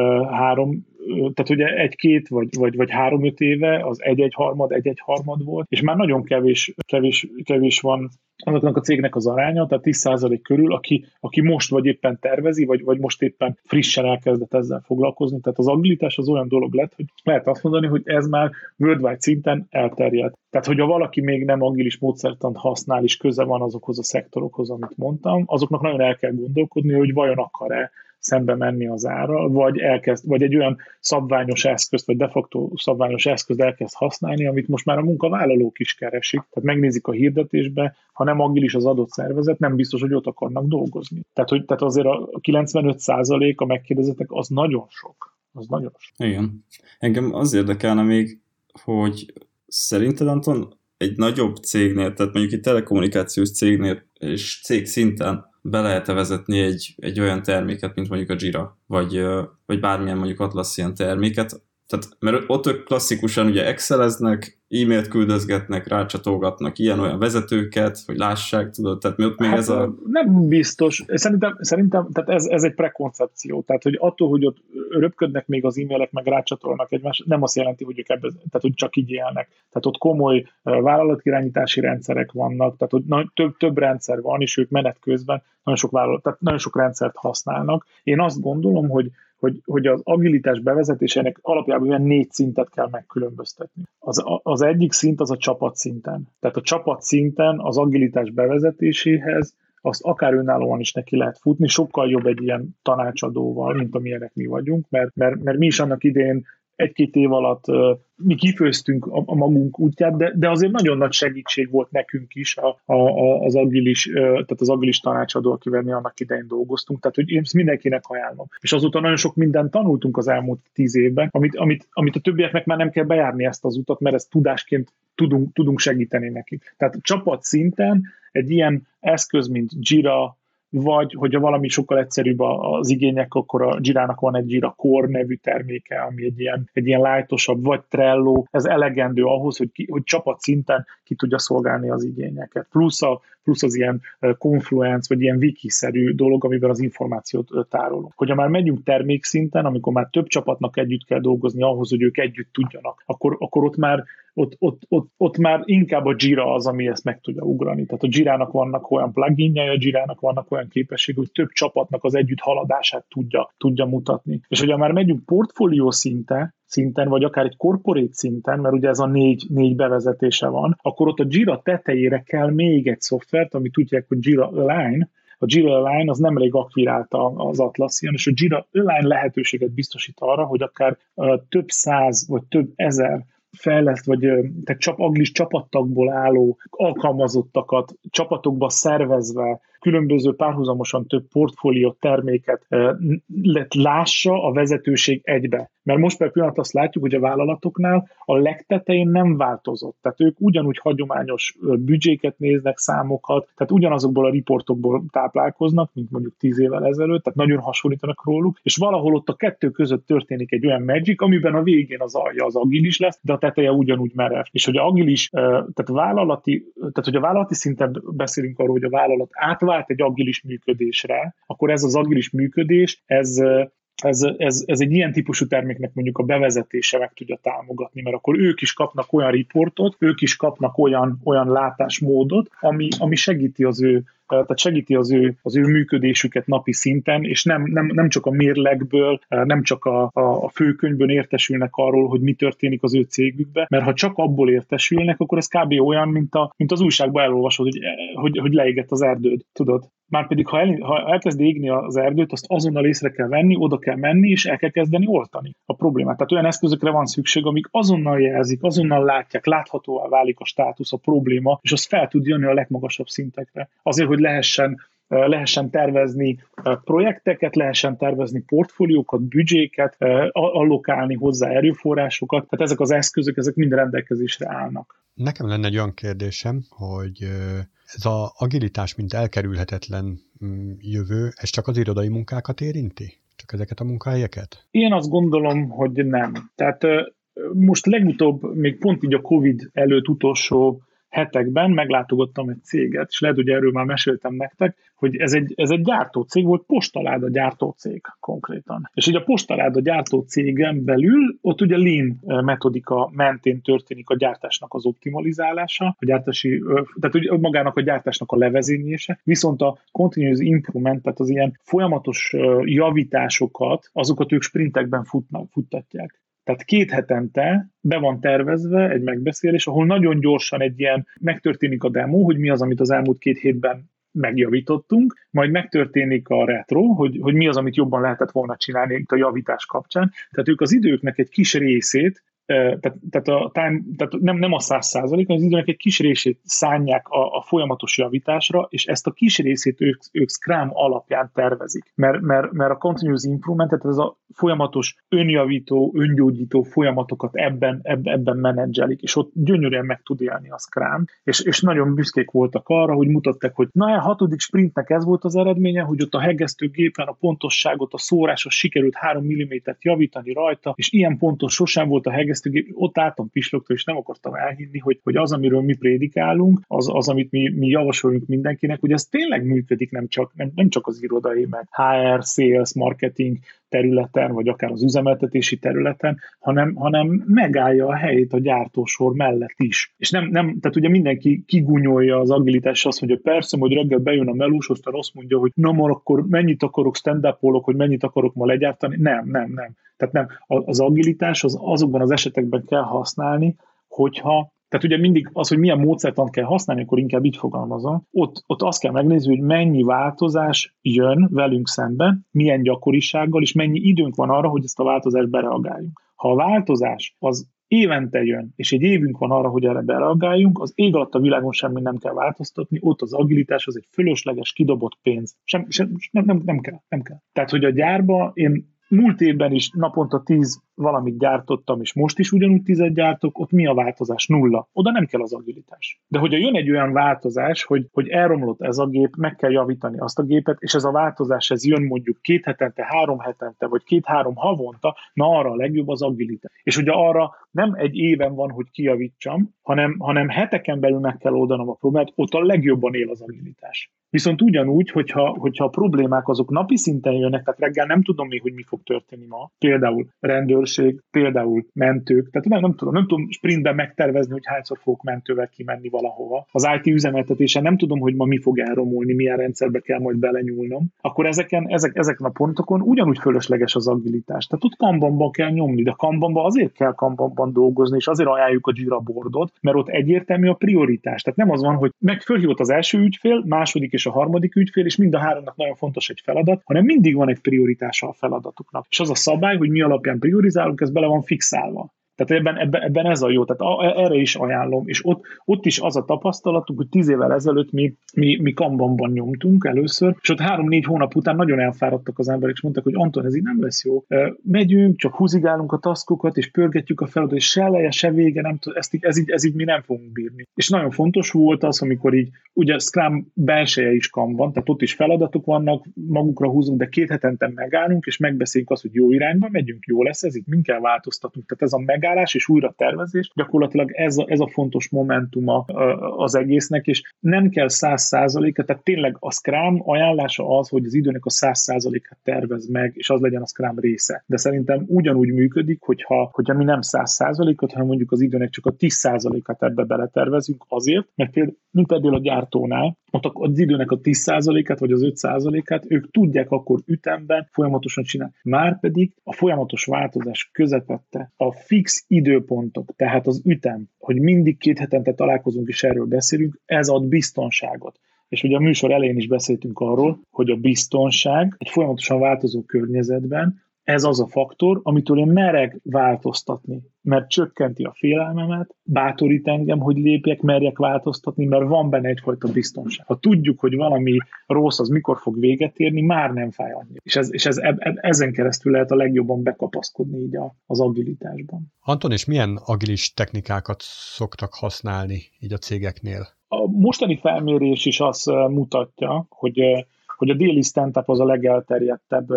három, tehát ugye egy-két vagy, vagy, vagy három-öt éve az egy-egy harmad, egy-egy harmad volt, és már nagyon kevés, kevés, kevés van azoknak a cégnek az aránya, tehát tíz százalék körül, aki, aki most vagy éppen tervezi, vagy, vagy most éppen frissen elkezdett ezzel foglalkozni. Tehát az agilitás az olyan dolog lett, hogy lehet azt mondani, hogy ez már worldwide szinten elterjedt. Tehát, hogyha valaki még nem agilis módszertant használ, és köze van azokhoz a szektorokhoz, amit mondtam, azoknak nagyon el kell gondolkodni, hogy vajon akar-e szembe menni az árral, vagy elkezd, vagy egy olyan szabványos eszközt, vagy de facto szabványos eszközt elkezd használni, amit most már a munkavállalók is keresik. Tehát megnézik a hirdetésbe, ha nem agilis az adott szervezet, nem biztos, hogy ott akarnak dolgozni. Tehát, hogy, tehát azért a kilencvenöt százalék a megkérdezettek az nagyon sok. Az nagyon sok. Igen. Engem az érdekelne még, hogy szerinted, Anton, egy nagyobb cégnél, tehát mondjuk egy telekommunikációs cégnél és cég szinten be lehet-e vezetni egy, egy olyan terméket, mint mondjuk a Jira, vagy, vagy bármilyen mondjuk Atlassian terméket, tehát, mert ott ők klasszikusan ugye exceleznek, e-mailt küldözgetnek, rácsatolgatnak ilyen-olyan vezetőket, hogy lássák, tudod, tehát mi ott még hát, ez a... Nem biztos. Szerintem, szerintem tehát ez, ez egy prekoncepció. Tehát, hogy attól, hogy ott röpködnek még az e-mailek, meg rácsatolnak egymás, nem azt jelenti, hogy ők ebben, tehát, hogy csak így élnek. Tehát ott komoly vállalatirányítási rendszerek vannak, tehát hogy na, több, több rendszer van, és ők menet közben nagyon sok, vállalat, tehát nagyon sok rendszert használnak. Én azt gondolom, hogy Hogy, hogy az agilitás bevezetésének alapjában olyan négy szintet kell megkülönböztetni. Az, az egyik szint az a csapat szinten. Tehát a csapat szinten az agilitás bevezetéséhez azt akár önállóan is neki lehet futni, sokkal jobb egy ilyen tanácsadóval, mint amilyenek mi vagyunk, mert, mert, mert mi is annak idején egy-két év alatt uh, mi kifőztünk a, a magunk útját, de, de azért nagyon nagy segítség volt nekünk is a, a, az agilis, uh, tehát az agilis tanácsadó, akivel mi annak idején dolgoztunk, tehát hogy én ezt mindenkinek ajánlom. És azóta nagyon sok mindent tanultunk az elmúlt tíz évben, amit, amit, amit a többieknek már nem kell bejárni ezt az utat, mert ezt tudásként tudunk, tudunk segíteni nekik. Tehát csapat szinten egy ilyen eszköz, mint Jira, vagy hogyha valami sokkal egyszerűbb az igények, akkor a Jira-nak van egy Jira Core nevű terméke, ami egy ilyen, egy ilyen lightosabb, vagy Trello, ez elegendő ahhoz, hogy, ki, hogy csapat szinten ki tudja szolgálni az igényeket. Plusz, a, plusz az ilyen Confluence, vagy ilyen wiki-szerű dolog, amiben az információt tárolunk. Hogyha már megyünk termékszinten, amikor már több csapatnak együtt kell dolgozni ahhoz, hogy ők együtt tudjanak, akkor, akkor ott már Ott, ott, ott, ott már inkább a Jira az, ami ezt meg tudja ugrani. Tehát a Jirának vannak olyan pluginjai, a Jirának vannak olyan képesség, hogy több csapatnak az együtt haladását tudja, tudja mutatni. És hogyha már megyünk portfólió szinte, szinten, vagy akár egy corporate szinten, mert ugye ez a négy, négy bevezetése van, akkor ott a Jira tetejére kell még egy szoftvert, amit tudják, hogy Jira Align. A Jira Align az nemrég akvirálta az Atlassian, és a Jira Align lehetőséget biztosít arra, hogy akár uh, több száz, vagy több ezer fejleszt, vagy tehát csap, agilis csapattagból álló alkalmazottakat csapatokba szervezve, különböző párhuzamosan több portfólió terméket lett lássa a vezetőség egybe. Mert most per pillanat azt látjuk, hogy a vállalatoknál a legtetején nem változott. Tehát ők ugyanúgy hagyományos büdzséket néznek, számokat, tehát ugyanazokból a riportokból táplálkoznak, mint mondjuk tíz évvel ezelőtt, tehát nagyon hasonlítanak róluk, és valahol ott a kettő között történik egy olyan magic, amiben a végén az alja az agilis lesz, de a teteje ugyanúgy merev. És hogy agilis, tehát vállalati, tehát hogy a vállalati szinten beszélünk arról, hogy a vállalat átvált egy agilis működésre, akkor ez az agilis működés, ez Ez, ez, ez egy ilyen típusú terméknek mondjuk a bevezetése meg tudja támogatni, mert akkor ők is kapnak olyan riportot, ők is kapnak olyan, olyan látásmódot, ami, ami segíti az ő tehát segíti az ő, az ő működésüket napi szinten, és nem, nem, nem csak a mérlegből, nem csak a, a, a főkönyvből értesülnek arról, hogy mi történik az ő cégükben, mert ha csak abból értesülnek, akkor ez kb. Olyan, mint, a, mint az újságban elolvasod, hogy, hogy, hogy leégett az erdőd, tudod? Márpedig, ha, el, ha elkezd égni az erdőt, azt azonnal észre kell venni, oda kell menni, és el kell kezdeni oltani a problémát. Tehát olyan eszközökre van szükség, amik azonnal jelzik, azonnal látják, láthatóvá válik a státusz, a probléma, és az fel tud jönni a legmagasabb szintekre. Azért, hogy lehessen, lehessen tervezni projekteket, lehessen tervezni portfóliókat, büdzséket, allokálni hozzá erőforrásokat, tehát ezek az eszközök, ezek mind rendelkezésre állnak. Nekem lenne egy olyan kérdésem, hogy ez az agilitás, mint elkerülhetetlen jövő, ez csak az irodai munkákat érinti? Csak ezeket a munkahelyeket? Én azt gondolom, hogy nem. Tehát most legutóbb, még pont így a Covid előtt utolsó hetekben meglátogattam egy céget, és lehet, hogy erről már meséltem nektek, hogy ez egy, ez egy gyártócég volt, postaláda gyártócég konkrétan. És így a postaláda gyártó cégen belül, ott ugye Lean metodika mentén történik a gyártásnak az optimalizálása, a gyártási, tehát ugye magának a gyártásnak a levezényése, viszont a continuous improvement, tehát az ilyen folyamatos javításokat, azokat ők sprintekben futnak, futtatják. Tehát két hetente be van tervezve egy megbeszélés, ahol nagyon gyorsan egy ilyen megtörténik a demo, hogy mi az, amit az elmúlt két hétben megjavítottunk, majd megtörténik a retro, hogy, hogy mi az, amit jobban lehetett volna csinálni itt a javítás kapcsán. Tehát ők az időknek egy kis részét, tehát, tehát, a time, tehát nem, nem a száz százalék, hanem az időnek egy kis részét szánják a, a folyamatos javításra, és ezt a kis részét ők, ők Scrum alapján tervezik. Mert, mert, mert a continuous improvement, tehát ez a folyamatos önjavító, öngyógyító folyamatokat ebben, ebben, ebben menedzselik, és ott gyönyörűen meg tud élni a Scrum, és, és nagyon büszkék voltak arra, hogy mutatták, hogy na a hatodik sprintnek ez volt az eredménye, hogy ott a hegesztőgépen a pontosságot, a szórásos sikerült három millimétert javítani rajta, és ilyen pontos sosem volt a hegesztőgép, ott álltam pislogtól, és nem akartam elhinni, hogy, hogy az, amiről mi prédikálunk, az, az amit mi, mi javasolunk mindenkinek, hogy ez tényleg működik, nem csak, nem, nem csak az irodai, meg há er, sales, marketing területen, vagy akár az üzemeltetési területen, hanem, hanem megállja a helyét a gyártósor mellett is. És nem, nem tehát ugye mindenki kigunyolja az agilitás, azt mondja, persze, hogy reggel bejön a melós, aztán azt mondja, hogy na, már akkor mennyit akarok stand-upolok, hogy mennyit akarok ma legyártani. Nem, nem, nem. Tehát nem. Az agilitás az azokban az esetekben kell használni, hogyha tehát ugye mindig az, hogy milyen módszertant kell használni, akkor inkább így fogalmazom. Ott, ott azt kell megnézni, hogy mennyi változás jön velünk szembe, milyen gyakorisággal, és mennyi időnk van arra, hogy ezt a változást bereagáljunk. Ha a változás az évente jön, és egy évünk van arra, hogy erre bereagáljunk, az ég alatt a világon semmi nem kell változtatni, ott az agilitás az egy fölösleges, kidobott pénz. Sem, sem, nem, nem, nem kell, nem kell. Tehát, hogy a gyárba én múlt évben is naponta tíz valamit gyártottam, és most is ugyanúgy tízet gyártok, ott mi a változás? Nulla. Oda nem kell az agilitás. De hogyha jön egy olyan változás, hogy, hogy elromlott ez a gép, meg kell javítani azt a gépet, és ez a változás, ez jön mondjuk két hetente, három hetente, vagy két-három havonta, na arra a legjobb az agilitás. És ugye arra nem egy éven van, hogy kijavítsam, hanem, hanem heteken belül meg kell oldanom a problémát, ott a legjobban él az agilitás. Viszont ugyanúgy, hogyha, hogyha a problémák azok napi szinten jönnek, tehát reggel nem tudom még, hogy mi fog történni ma, például rendőrség, például mentők, tehát nem, nem tudom, nem tudom sprintben megtervezni, hogy hányszor fogok mentővel kimenni valahova. Az i té üzemeltetésen nem tudom, hogy ma mi fog elromolni, milyen rendszerbe kell majd belenyúlnom. Akkor ezeken, ezek, ezeken a pontokon ugyanúgy fölösleges az agilitás. Tehát ott Kanbanban kell nyomni, de Kanbanban azért kell Kanbanban dolgozni, és azért ajánljuk a Jira boardot, mert ott egyértelmű a prioritás. Tehát nem az van, hogy meg fölhívott az első ügyfél, második és a harmadik ügyfél, és mind a háromnak nagyon fontos egy feladat, hanem mindig van egy prioritása a feladatuknak. És az a szabály, hogy mi alapján priorizálunk, ez bele van fixálva. Tehát ebben, ebben, ebben ez a jó, tehát a, erre is ajánlom, és ott, ott is az a tapasztalatunk, hogy tíz évvel ezelőtt mi, mi, mi Kanbanban nyomtunk először, és ott három-négy hónap után nagyon elfáradtak az emberek, és mondták, hogy Anton, ez így nem lesz jó. Megyünk, csak húzigálunk a taskokat, és pörgetjük a feladatot, és se eleje, se vége, nem tud, ezt, ez, így, ez így mi nem fogunk bírni. És nagyon fontos volt az, amikor így, ugye Scrum belseje is Kanban, tehát ott is feladatok vannak, magukra húzunk, de két hetente megállunk, és megbeszéljük azt, hogy jó irányba megyünk, jó lesz ez, itt mind kell változtatnunk. Tehát ez a megállás és újra tervezés, gyakorlatilag ez a, ez a fontos momentuma az egésznek, és nem kell száz százaléka, tehát tényleg a Scrum ajánlása az, hogy az időnek a száz százalékát tervez meg, és az legyen a Scrum része. De szerintem ugyanúgy működik, hogyha, hogyha mi nem száz százalékot, hanem mondjuk az időnek csak a tíz százalékát ebbe beletervezünk azért, mert például, mint például a gyártónál, ott az időnek a tíz százalékát vagy az öt százalékát ők tudják akkor ütemben folyamatosan csinálni. Márpedig a folyamatos változás közepette a fix időpontok, tehát az ütem, hogy mindig két hetente találkozunk és erről beszélünk, ez ad biztonságot. És ugye a műsor elején is beszéltünk arról, hogy a biztonság egy folyamatosan változó környezetben ez az a faktor, amitől én merek változtatni, mert csökkenti a félelmemet, bátorít engem, hogy lépjek, merjek változtatni, mert van benne egyfajta biztonság. Ha tudjuk, hogy valami rossz, az mikor fog véget érni, már nem fáj annyira. És, ez, és ez, ezen keresztül lehet a legjobban bekapaszkodni így a, az agilitásban. Anton, és milyen agilis technikákat szoktak használni így a cégeknél? A mostani felmérés is azt mutatja, hogy, hogy a daily stand-up az a legelterjedtebb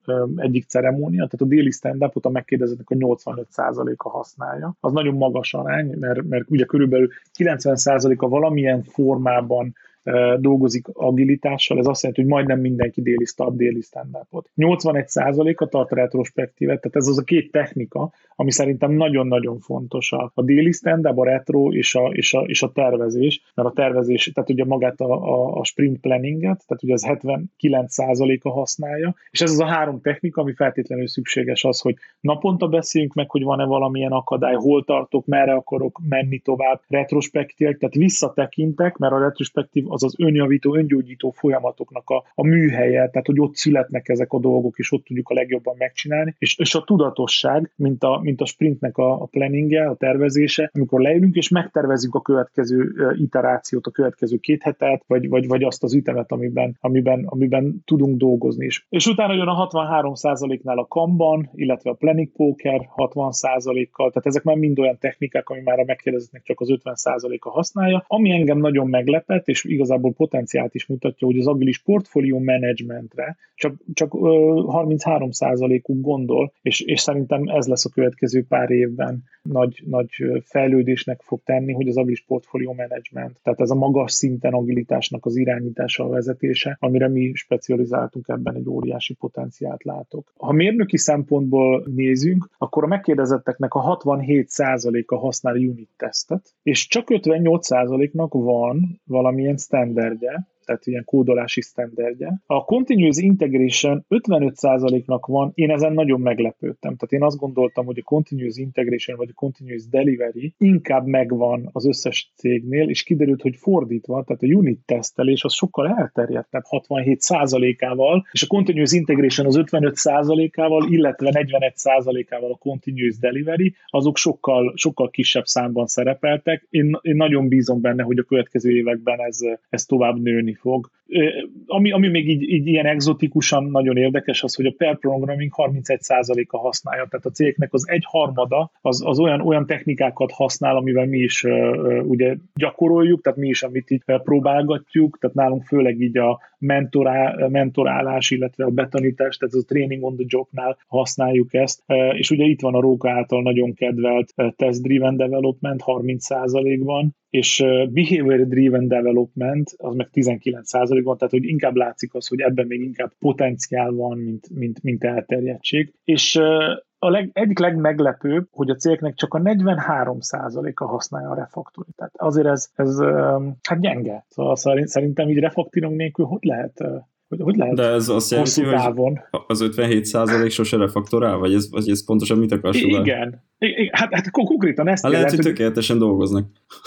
egyik ceremónia, tehát a déli stand-upot a megkérdezettek a nyolcvanöt százaléka használja. Az nagyon magas arány, mert, mert ugye körülbelül kilencven százaléka valamilyen formában dolgozik agilitással, ez azt jelenti, hogy majdnem mindenki déli start, déli stand-upot. nyolcvanegy százaléka tart retrospektívet, tehát ez az a két technika, ami szerintem nagyon-nagyon fontos. A, a déli stand-up, a retro és a, és, a, és a tervezés, mert a tervezés, tehát ugye magát a, a, a sprint planninget, tehát ugye ez hetvenkilenc százaléka használja, és ez az a három technika, ami feltétlenül szükséges az, hogy naponta beszéljünk meg, hogy van-e valamilyen akadály, hol tartok, merre akarok menni tovább, retrospektívek, tehát visszatekintek, mert a retrospektív az az önjavító, öngyógyító folyamatoknak a, a műhelye, tehát hogy ott születnek ezek a dolgok, és ott tudjuk a legjobban megcsinálni, és, és a tudatosság, mint a, mint a sprintnek a, a planningje, a tervezése, amikor leülünk, és megtervezzük a következő iterációt, a következő két hetet, vagy, vagy, vagy azt az ütemet, amiben, amiben, amiben tudunk dolgozni is. És utána jön a hatvanhárom százaléknál a Kanban, illetve a Planning Poker hatvan százalékkal, tehát ezek már mind olyan technikák, ami már a megkérdezettnek csak az ötven százaléka használja. Ami engem nagyon meglepett, és igazából potenciált is mutatja, hogy az agilis portfólió menedzsmentre csak, csak harminchárom százalékuk gondol, és, és szerintem ez lesz a következő pár évben nagy, nagy fejlődésnek fog tenni, hogy az agilis portfólió menedzsment, tehát ez a magas szinten agilitásnak az irányítása, a vezetése, amire mi specializáltunk, ebben egy óriási potenciált látok. Ha mérnöki szempontból nézünk, akkor a megkérdezetteknek a hatvanhét százaléka használ unit tesztet, és csak ötvennyolc százaléknak van valamilyen standardje, tehát ilyen kódolási standardje. A Continuous Integration ötvenöt százaléknak van, én ezen nagyon meglepődtem. Tehát én azt gondoltam, hogy a Continuous Integration vagy a Continuous Delivery inkább megvan az összes cégnél, és kiderült, hogy fordítva, tehát a unit tesztelés az sokkal elterjedtebb hatvanhét százalékával, és a Continuous Integration az ötvenöt százalékával, illetve negyvenegy százalékával a Continuous Delivery, azok sokkal, sokkal kisebb számban szerepeltek. Én, én nagyon bízom benne, hogy a következő években ez, ez tovább nőni fog. Ami, ami még így, így ilyen egzotikusan nagyon érdekes az, hogy a pair programming harmincegy százaléka használja, tehát a cégeknek az egy harmada az, az olyan, olyan technikákat használ, amivel mi is uh, ugye gyakoroljuk, tehát mi is, amit így próbálgatjuk, tehát nálunk főleg így a mentorá, mentorálás, illetve a betanítás, tehát az a training on the jobnál használjuk ezt, uh, és ugye itt van a Róka által nagyon kedvelt uh, test-driven development harminc százalékban, és behavior-driven development az meg tizenkilenc százalékban, tehát hogy inkább látszik az, hogy ebben még inkább potenciál van, mint, mint, mint elterjedtség. És a leg, egyik legmeglepőbb, hogy a cégeknek csak a negyvenhárom százaléka használja a refaktorit. Tehát azért ez, ez hát gyenge. Szóval szerintem így refaktorunk nélkül hogy lehet... Hogy, hogy lehet De ez azt jelenti, hogy az ötvenhét százalék sose refaktorál? Vagy ez, vagy ez pontosan mit akar sugalni? Igen. I- hát, hát konkrétan ezt hát jelent, hogy tökéletesen dolgoznak.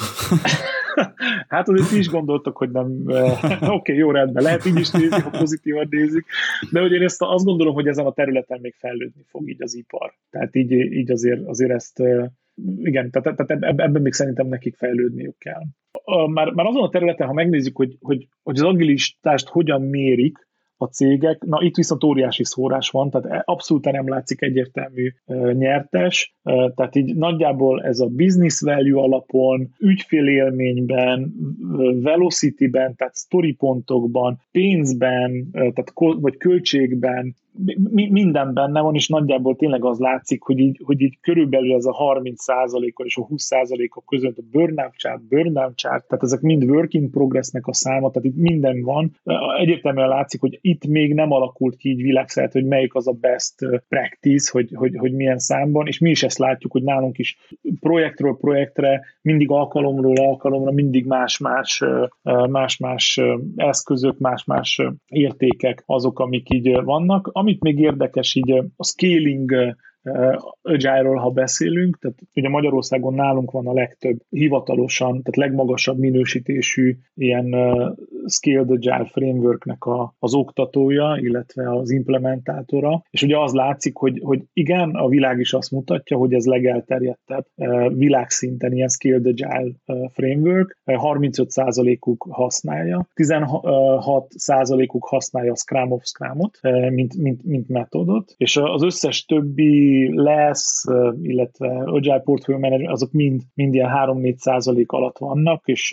Hát azért is gondoltak, hogy nem... Oké, okay, jó, rendben, lehet így is nézni, ha pozitívan nézik, de hogy én ezt azt gondolom, hogy ezen a területen még fejlődni fog így az ipar. Tehát így, így azért, azért ezt... Igen, tehát, tehát ebben még szerintem nekik fejlődniük kell. Már, már azon a területen, ha megnézzük, hogy, hogy, hogy az agilitást hogyan mérik a cégek, na itt viszont óriási szórás van, tehát abszolút nem látszik egyértelmű uh, nyertes, uh, tehát így nagyjából ez a business value alapon, ügyfélélményben, uh, velocity-ben, tehát storypontokban, pénzben, uh, tehát ko- vagy költségben, minden benne van, és nagyjából tényleg az látszik, hogy így, hogy így körülbelül ez a harminc százalékkal és a húsz százalékok között a burnout chart, burnout chart, tehát ezek mind work in progressnek a száma, tehát itt minden van. Egyértelműen látszik, hogy itt még nem alakult ki így világszerte, hogy melyik az a best practice, hogy, hogy, hogy milyen számban, és mi is ezt látjuk, hogy nálunk is projektről projektre, mindig alkalomról alkalomra, mindig más-más, más-más eszközök, más-más értékek azok, amik így vannak. Amit még érdekes, így a scaling uh, Agile-ról, ha beszélünk, tehát ugye Magyarországon nálunk van a legtöbb hivatalosan, tehát legmagasabb minősítésű ilyen uh, Scaled Agile Frameworknek a, az oktatója, illetve az implementátora, és ugye az látszik, hogy, hogy igen, a világ is azt mutatja, hogy ez legelterjedtebb uh, világszinten ilyen Scaled Agile uh, Framework, uh, harmincöt százalékuk használja, tizenhat százalékuk használja a Scrum of Scrumot, uh, mint, mint, mint metódot, és az összes többi lesz, illetve Agile Portfolio Manager, azok mind, mind ilyen három-négy százalék alatt vannak, és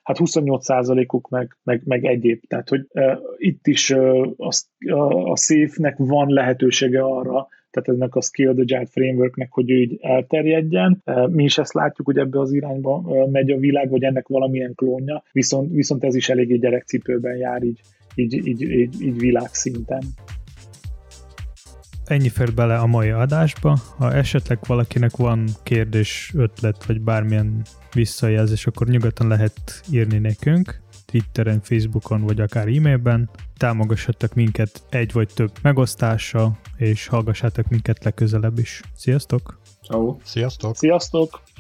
hát huszonnyolc százalékuk meg, meg, meg egyéb. Tehát, hogy uh, itt is uh, a, a, a Safe-nek van lehetősége arra, tehát ennek a Scaled Agile Frameworknek, hogy ő így elterjedjen. Mi is ezt látjuk, hogy ebbe az irányba megy a világ, vagy ennek valamilyen klónja, viszont, viszont ez is eléggé gyerekcipőben jár így, így, így, így, így világszinten. Ennyi fér bele a mai adásba. Ha esetleg valakinek van kérdés, ötlet, vagy bármilyen visszajelzés, akkor nyugodtan lehet írni nekünk. Twitteren, Facebookon, vagy akár e-mailben. Támogassatok minket egy vagy több megosztással, és hallgassátok minket legközelebb is. Sziasztok! Ciao. Sziasztok! Sziasztok!